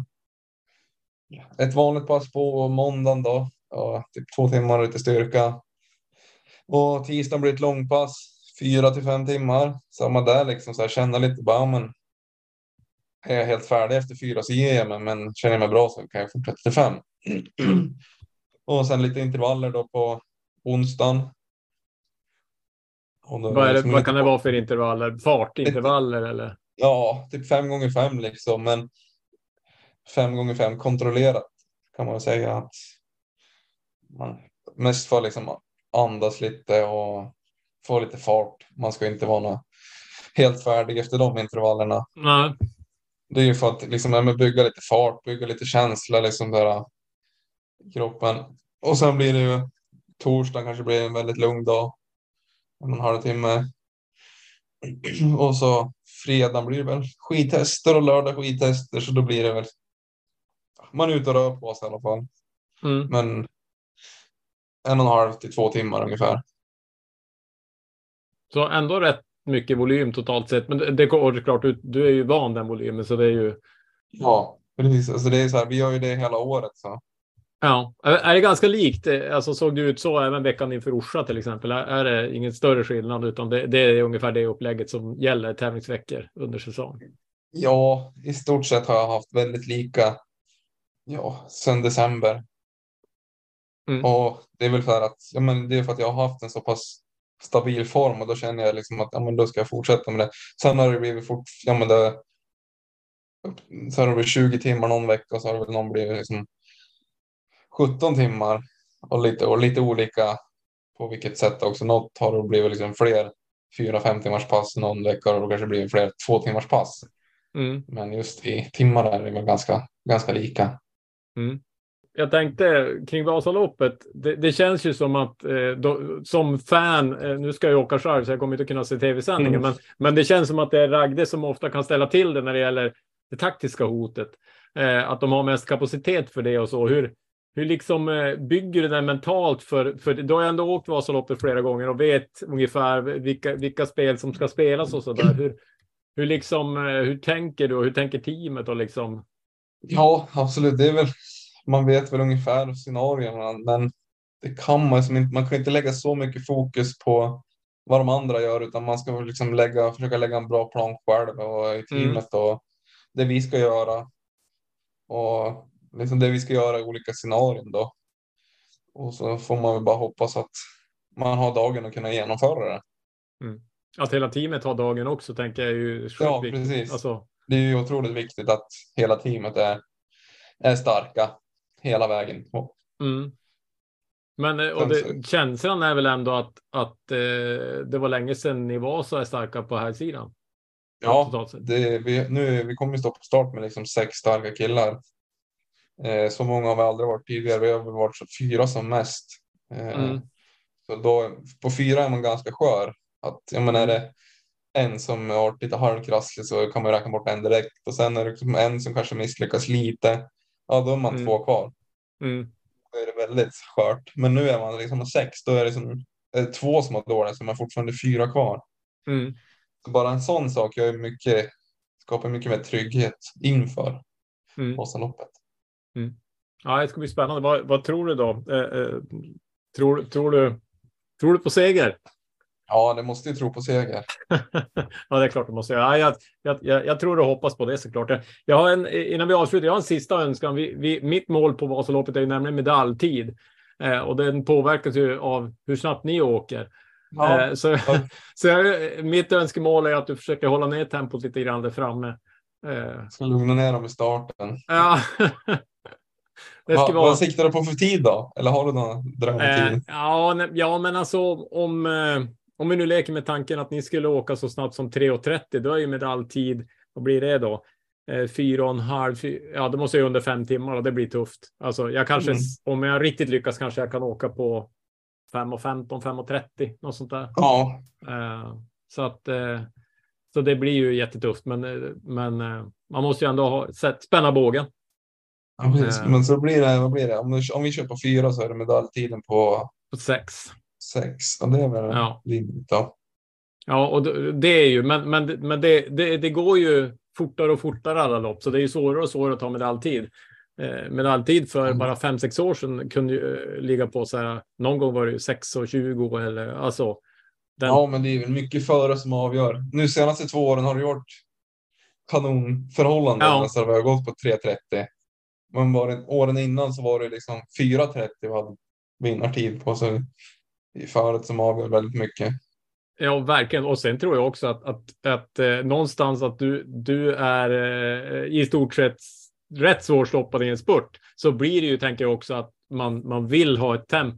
Ett vanligt pass på måndagen då. Ja, typ två timmar lite styrka. Och tisdagen blir ett långpass. Fyra till fem timmar. Samma där liksom så här, känna lite bara, men är jag helt färdig efter fyra så ger jag mig. Men känner jag mig bra så kan jag fortsätta till fem. Och sen lite intervaller då på onsdagen. Vad, är det, vad kan det vara för intervaller? Fartintervaller eller? Ja, typ fem gånger fem liksom. Men fem gånger fem kontrollerat kan man säga att man mest för liksom andas lite och få lite fart. Man ska inte vara något helt färdig efter de intervallerna. Nej. Det är ju för att liksom, bygga lite fart, bygga lite känsla liksom där i kroppen. Och sen blir det ju torsdag kanske blir en väldigt lugn dag. En halvtimme. Och så fredag blir det väl skidtester och lördag skidtester, så då blir det väl man är ute och rör på sig i alla fall. Mm. Men en och en halv till två timmar ungefär. Så ändå rätt mycket volym totalt sett. Men det, det är klart, du, du är ju van den volymen, så det är ju... Ja, precis. Alltså det är så här, vi gör ju det hela året. Så. Ja, är det ganska likt? Alltså såg det ut så även veckan inför Orsa till exempel? Är det ingen större skillnad, utan det, det är ungefär det upplägget som gäller tävlingsveckor under säsong? Ja, i stort sett har jag haft väldigt lika ja, sen december. Mm. Och det är väl för att, ja, men det är för att jag har haft en så pass stabil form, och då känner jag liksom att ja, men då ska jag fortsätta med det. Sen har det blivit fort, ja, men det, så har det blivit tjugo timmar någon vecka, och så har det väl någon blivit liksom sjutton timmar och lite, och lite olika på vilket sätt också. Något har det blivit liksom fler fyra fem timmars pass någon vecka, och då kanske blir fler två timmars pass. Mm. Men just i timmar är det väl ganska, ganska lika. Mm. Jag tänkte kring Vasaloppet, det, det känns ju som att eh, då, som fan, eh, nu ska jag åka själv så jag kommer inte att kunna se tv-sändningen, mm. men, men det känns som att det är Ragde som ofta kan ställa till det när det gäller det taktiska hotet. Eh, att de har mest kapacitet för det och så. Hur, hur liksom eh, bygger du det mentalt för, för då har jag ändå åkt Vasaloppet flera gånger och vet ungefär vilka, vilka spel som ska spelas och sådär. Hur, hur liksom, eh, hur tänker du och hur tänker teamet och liksom? Ja, absolut. Det är väl, man vet väl ungefär scenarierna, men det kan man som inte, man kan inte lägga så mycket fokus på vad de andra gör, utan man ska liksom lägga, försöka lägga en bra plan själv och i teamet mm. och det vi ska göra och liksom det vi ska göra i olika scenarier då. Och så får man väl bara hoppas att man har dagen att kunna genomföra det. Mm. Att hela teamet har dagen också, tänker jag ju. Ja, precis. Alltså... Det är ju otroligt viktigt att hela teamet är, är starka hela vägen. Mm. Men och det, känslan är väl ändå att, att eh, det var länge sedan ni var så här starka på här sidan. Ja, det, vi, nu, vi kommer ju stå på start med liksom sex starka killar. Eh, så många har vi aldrig varit tidigare. Vi har väl varit så fyra som mest. Eh, mm. Så då, på fyra är man ganska skör. Att, jag menar, är det en som har varit lite halvkrasslig så kan man räkna bort en direkt. Och sen är det liksom en som kanske misslyckas lite. Ja, då är man mm. två kvar. Mm. Då är det väldigt skört. Men nu är man liksom sex. Då är det, liksom, är det två som har dåligt, så man är fortfarande fyra kvar. Mm. Så bara en sån sak gör mycket, skapar mycket mer trygghet inför mm. Vasaloppet. Mm. Ja, det ska bli spännande. Vad, vad tror du då? Eh, eh, tror, tror, du, tror du på seger? Ja, det måste ju tro på seger. Ja, det är klart du måste. Ja, jag, jag, jag, jag tror och hoppas på det såklart. Jag, jag har en, innan vi avslutar, jag har en sista önskan. Vi, vi, mitt mål på Vasaloppet är ju nämligen medaljtid. Eh, och den påverkas ju av hur snabbt ni åker. Ja. Eh, så så jag, mitt önskemål är att du försöker hålla ner tempot lite grann där framme. Eh. Ska lugna ner dem i starten. Ja. Det ska Va, vara... Vad siktar du på för tid då? Eller har du någon drömtid? Eh, ja, ne, ja, men alltså om, eh, om vi nu leker med tanken att ni skulle åka så snabbt som tre trettio, då är ju medaljtid, vad blir det då? Eh, fyra och en halv, fyra, ja det måste ju under fem timmar och det blir tufft. Alltså jag kanske, mm. om jag riktigt lyckas kanske jag kan åka på fem och femton, fem och trettio, något sånt där. Ja. Eh, så att, eh, så det blir ju jättetufft, men, men eh, man måste ju ändå ha sett spänna bågen. Ja, precis. Men så blir det, vad blir det? Om, om vi kör på fyra så är det medaljtiden på... På sex. Sex, och det är väl ja. rimligt då. Ja, och det är ju, men, men, men det, det, det går ju fortare och fortare alla lopp, så det är ju svårare och svårare att ta medaljtid. Eh, medaljtid för mm. bara fem sex år sedan kunde ju eh, ligga på så här, någon gång var det ju sex och tjugo eller alltså. Den... Ja, men det är väl mycket före som avgör. Nu senaste två åren har det gjort kanonförhållanden, ja. Så vi har gått på tre trettio. Men var det, åren innan så var det liksom fyra trettio vad vinnartid på, så i föret som avgör väldigt mycket. Ja, verkligen. Och sen tror jag också att, att, att eh, någonstans att du, du är eh, i stort sett rätt svårstoppad i en spurt, så blir det ju, tänker jag också, att man, man vill ha ett tempo.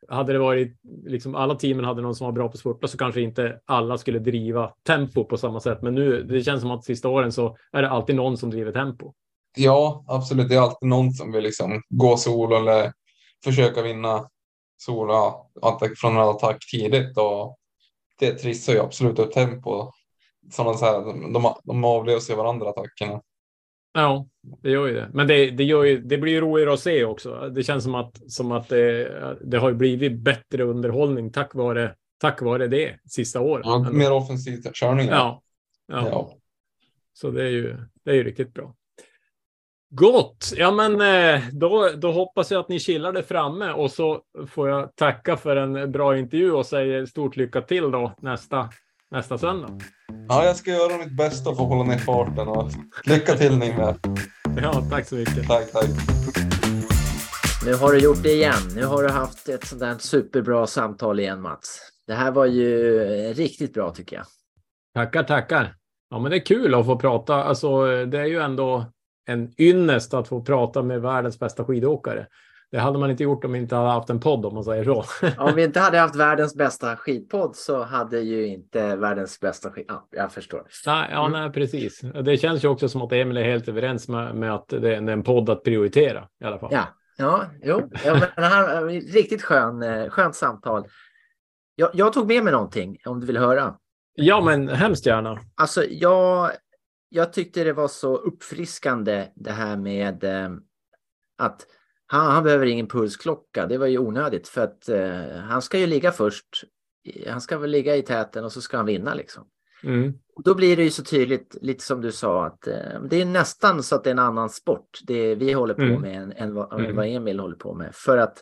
hade det varit liksom alla teamen hade någon som var bra på spurta så kanske inte alla skulle driva tempo på samma sätt. Men nu, det känns som att sista åren så är det alltid någon som driver tempo. Ja, absolut. Det är alltid någon som vill liksom gå solo eller försöka vinna solo, ja, från en attack tidigt. Och det trissar ju absolut upp tempo. Sådana så här, de, de avlöser varandra attackerna. Ja, det gör ju det. Men det, det, gör ju, det blir ju roligare att se också. Det känns som att, som att det, det har blivit bättre underhållning tack vare, tack vare det sista året. Ja, mer offensiv körning. Ja, ja. Ja. Så det är ju, det är ju riktigt bra. Gott! Ja, men då, då hoppas jag att ni chillade framme och så får jag tacka för en bra intervju och säger stort lycka till då nästa, nästa söndag. Ja, jag ska göra mitt bästa för att hålla ner farten och lycka till ni med. Ja, tack så mycket. Tack, tack. Nu har du gjort det igen. Nu har du haft ett sånt där superbra samtal igen, Mats. Det här var ju riktigt bra tycker jag. Tackar, tackar. Ja, men det är kul att få prata. Alltså, det är ju ändå en ynnest att få prata med världens bästa skidåkare. Det hade man inte gjort om vi inte hade haft en podd, om man säger så. Om vi inte hade haft världens bästa skidpodd så hade ju inte världens bästa skid... Ja, jag förstår. Nej, ja, Mm. nej, precis. Det känns ju också som att Emil är helt överens med, med att det är en podd att prioritera i alla fall. Ja, ja, jo. Ja, men det här är riktigt skön, skönt samtal. Jag, jag tog med mig någonting, om du vill höra. Ja, men hemskt gärna. Alltså, jag, jag tyckte det var så uppfriskande det här med eh, att han, han behöver ingen pulsklocka. Det var ju onödigt för att eh, han ska ju ligga först. Han ska väl ligga i täten och så ska han vinna liksom. Mm. Och då blir det ju så tydligt, lite som du sa, att eh, det är nästan så att det är en annan sport det vi håller på Mm. med än, än, vad, Mm. vad Emil håller på med. För att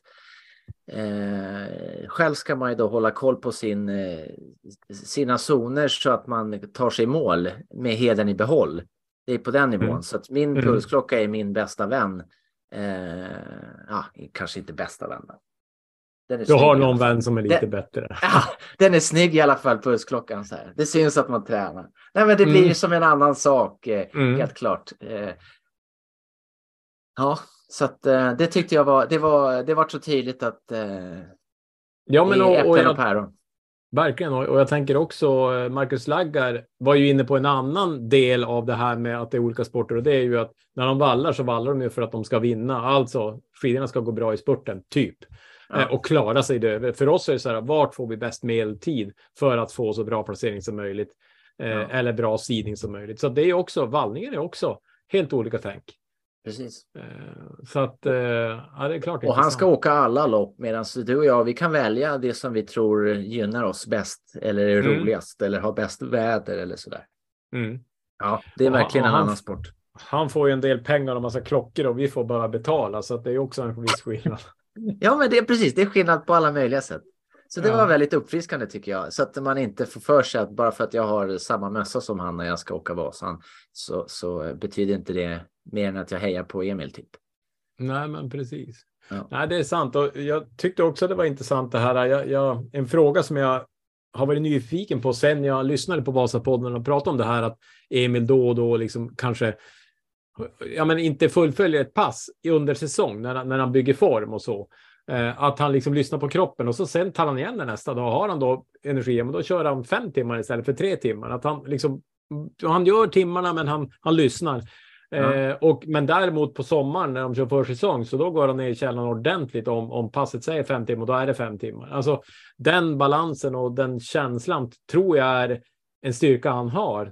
eh, själv ska man ju då hålla koll på sin, eh, sina zoner så att man tar sig i mål med heden i behåll. Det är på den nivån. Mm. Så att min Mm. pulsklocka är min bästa vän. Eh, ja, kanske inte bästa vän. Men den är Du snygg har i alla någon fall. vän som är lite Det- bättre. Ja, den är snygg i alla fall, pulsklockan. Så här. Det syns att man tränar. Nej, men det blir Mm. ju som en annan sak, eh, Mm. helt klart. Eh, ja, så att eh, det tyckte jag var, det var, det var så tydligt att eh, Ja, men det är och, och äpplen och jag, päron. verkligen. Och, och jag tänker också, eh, Marcus Laggar var ju inne på en annan del av det här med att det är olika sporter. Och det är ju att när de vallar så vallar de ju för att de ska vinna. Alltså, skidorna ska gå bra i spurten, typ. Ja. Eh, och klara sig det. För oss är det så här, vart får vi bäst medeltid för att få så bra placering som möjligt. Eh, Ja. Eller bra sidning som möjligt. Så det är också, vallningen är också helt olika tänk. Precis. Eh, så att, eh, ja, det är klart. Och han ska intressant. åka alla lopp, medan du och jag, vi kan välja det som vi tror gynnar oss bäst eller är Mm. roligast eller har bäst väder eller sådär. Mm. Ja, det är Och han- verkligen och en han- annan sport. Han får ju en del pengar och massa klockor och vi får bara betala. Så att det är också en viss skillnad. Ja, men det är precis, det är skillnad på alla möjliga sätt. Så det Ja. var väldigt uppfriskande tycker jag. Så att man inte får för sig att bara för att jag har samma mössa som han när jag ska åka Vasan så, så betyder inte det mer än att jag hejar på Emil typ. Nej, men precis. Ja. Nej, det är sant. Och jag tyckte också att det var intressant det här. Jag, jag, en fråga som jag har varit nyfiken på sen jag lyssnade på Vasapodden och pratade om det här att Emil då och då liksom kanske ja, men inte fullföljer ett pass under säsong när, han- när han bygger form och så. Eh, att han liksom lyssnar på kroppen och så sen tar han igen det nästa dag. Har han då energi, men då kör han fem timmar istället för tre timmar. Att han liksom, han gör timmarna men han, han lyssnar. Ja. Eh, och, men däremot på sommaren när de kör försäsong så då går han ner i källan ordentligt om, om passet säger fem timmar och då är det fem timmar. Alltså den balansen och den känslan tror jag är en styrka han har.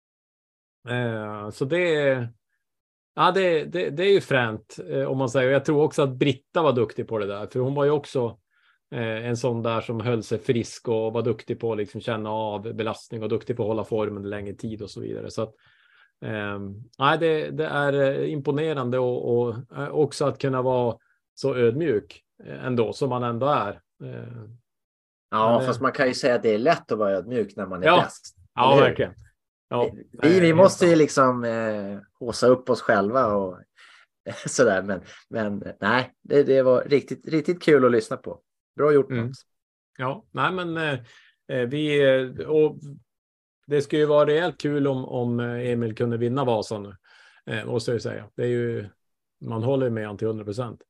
Eh, så det är ja, det, det, det är ju fränt eh, om man säger. Jag tror också att Britta var duktig på det där. För hon var ju också eh, en sån där som höll sig frisk och var duktig på att liksom känna av belastning och duktig på att hålla formen längre tid och så vidare. Så att eh, nej, det, det är imponerande och, och eh, också att kunna vara så ödmjuk eh, ändå som man ändå är. Eh, Ja, det- fast man kan ju säga att det är lätt att vara ödmjuk när man är Ja. bäst. ja, Eller hur? verkligen. Ja, Vi, vi eh, måste ju helt liksom eh, håsa upp oss själva och sådär. Men, men nej, det, det var riktigt, riktigt kul att lyssna på. Bra gjort, Mm. Mats. Ja, nej men eh, eh, vi eh, och det skulle ju vara rejält kul om, om eh, Emil kunde vinna Vasan nu. Eh, måste jag ju säga. Det är ju, man håller med han till hundra procent.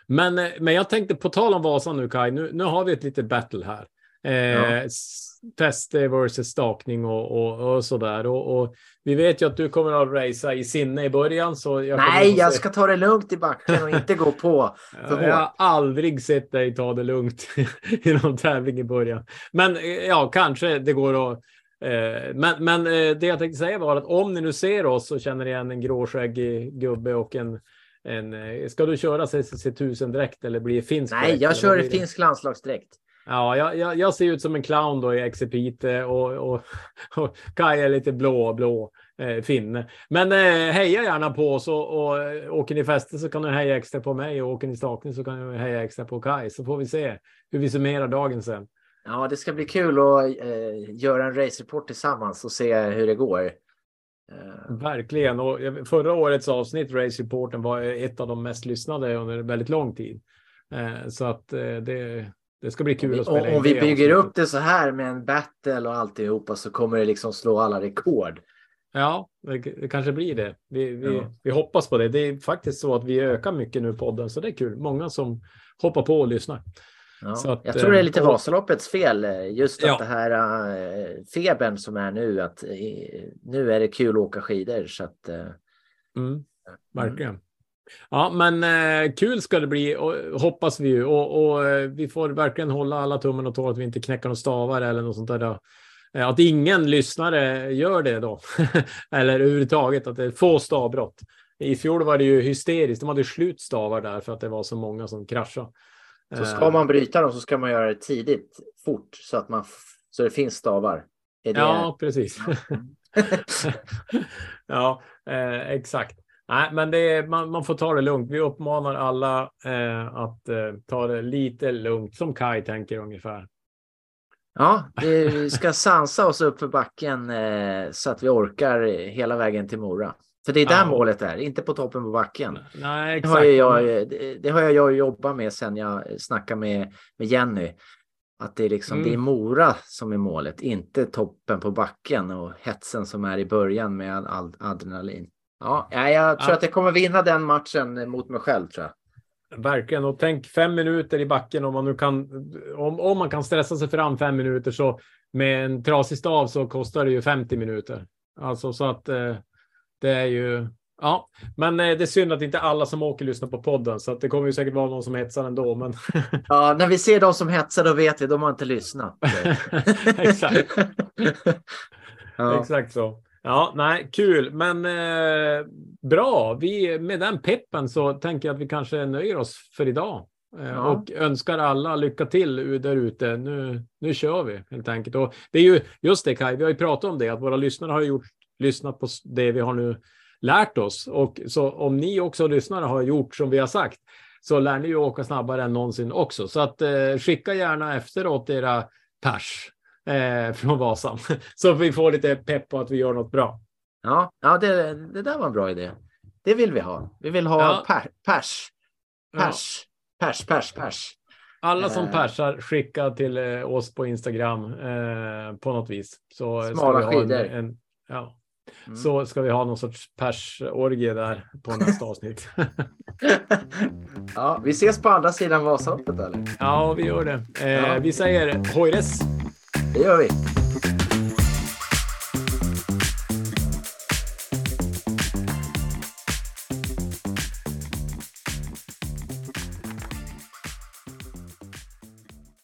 Men, men jag tänkte på tal om Vasan nu, Kai, nu, nu har vi ett litet battle här. Eh, ja. Fäste versus stakning och, och, och sådär. Och, och vi vet ju att du kommer att racea i sinne i början. Så jag Nej, jag se... ska ta det lugnt i backen och inte gå på för Jag har aldrig sett dig ta det lugnt i någon tävling i början. Men ja, kanske det går att... Eh, men, men eh, det jag tänkte säga var att om ni nu ser oss och känner igen en gråskäggig gubbe och en... en ska du köra C C C tusen direkt eller blir det finsk? Nej, direkt, jag kör i finsk landslagsdräkt. Ja, jag, jag, jag ser ut som en clown då i Exipite och, och, och Kai är lite blå, blå eh, finne. Men eh, heja gärna på oss och, och åker ni fäste så kan du heja extra på mig och åker ni stakning så kan du heja extra på Kai. Så får vi se hur vi summerar dagen sen. Ja, det ska bli kul att eh, göra en racereport tillsammans och se hur det går. Uh. Verkligen, och förra årets avsnitt racereporten var ett av de mest lyssnade under väldigt lång tid. Uh, så att uh, det... Det ska bli kul vi, att spela in. Om vi bygger upp det så här med en battle och alltihopa så kommer det liksom slå alla rekord. Ja, det, det kanske blir det. Vi, vi, ja. vi hoppas på det. Det är faktiskt så att vi ökar mycket nu på podden, så det är kul. Många som hoppar på och lyssnar. Ja. Så att, jag tror det är lite och... Vasaloppets fel. Just att ja. det här äh, febern som är nu, att äh, nu är det kul att åka skidor. Så att, äh, mm, verkligen. Mm. Ja, men eh, kul ska det bli och, hoppas vi ju och, och eh, vi får verkligen hålla alla tummen och tå att vi inte knäcker någon stavar eller något sånt där då. Eh, att ingen lyssnare gör det då eller överhuvudtaget att det är få stavbrott. I fjol var det ju hysteriskt, de hade slutstavar där för att det var så många som kraschade. Så ska man bryta dem så ska man göra det tidigt, fort, så att man f- så det finns stavar. Är det... Ja, precis. Ja, eh, exakt. Nej, men det är, man, man får ta det lugnt. Vi uppmanar alla eh, att eh, ta det lite lugnt, som Kai tänker ungefär. Ja, vi ska sansa oss upp för backen eh, så att vi orkar hela vägen till Mora. För det är där ja. målet är, inte på toppen på backen. Nej, exakt. Det har jag, det, det har jag jobbat med sen jag snackade med, med Jenny. Att det är, liksom, mm. det är Mora som är målet, inte toppen på backen och hetsen som är i början med all adrenalin. Ja, jag tror ja. att jag kommer vinna den matchen mot mig själv, tror jag. Verkligen, och tänk fem minuter i backen om man nu kan, om, om man kan stressa sig fram fem minuter så med en trasig stav så kostar det ju femtio minuter. Alltså så att eh, det är ju, ja, men eh, det är synd att inte alla som åker lyssnar på podden så att det kommer ju säkert vara någon som hetsar ändå, men... Ja, när vi ser de som hetsar då vet vi, de har inte lyssnat. Exakt. Ja. Exakt så. Ja, nej, kul, men eh, bra. Vi, med den peppen så tänker jag att vi kanske nöjer oss för idag. Eh, ja. Och önskar alla lycka till där ute. Nu, nu kör vi helt enkelt. Och det är ju just det, Kai, vi har ju pratat om det, att våra lyssnare har gjort, lyssnat på det vi har nu lärt oss. Och så om ni också lyssnare har gjort som vi har sagt så lär ni ju åka snabbare än någonsin också. Så att eh, skicka gärna efteråt era pers. Eh, från Vasan. Så vi får lite pepp på att vi gör något bra. Ja, ja det, det där var en bra idé. Det vill vi ha. Vi vill ha ja. per, pers. Pers. Ja. Pers, pers, pers. Alla som eh. persar skicka till eh, oss på Instagram eh, på något vis. Så smala ska vi skidor. Ha en, en, ja. Mm. Så ska vi ha någon sorts persorgie där på nästa avsnitt. Ja, vi ses på andra sidan Vasaloppet eller? Ja, vi gör det. Eh, ja. Vi säger hojres. Det gör vi.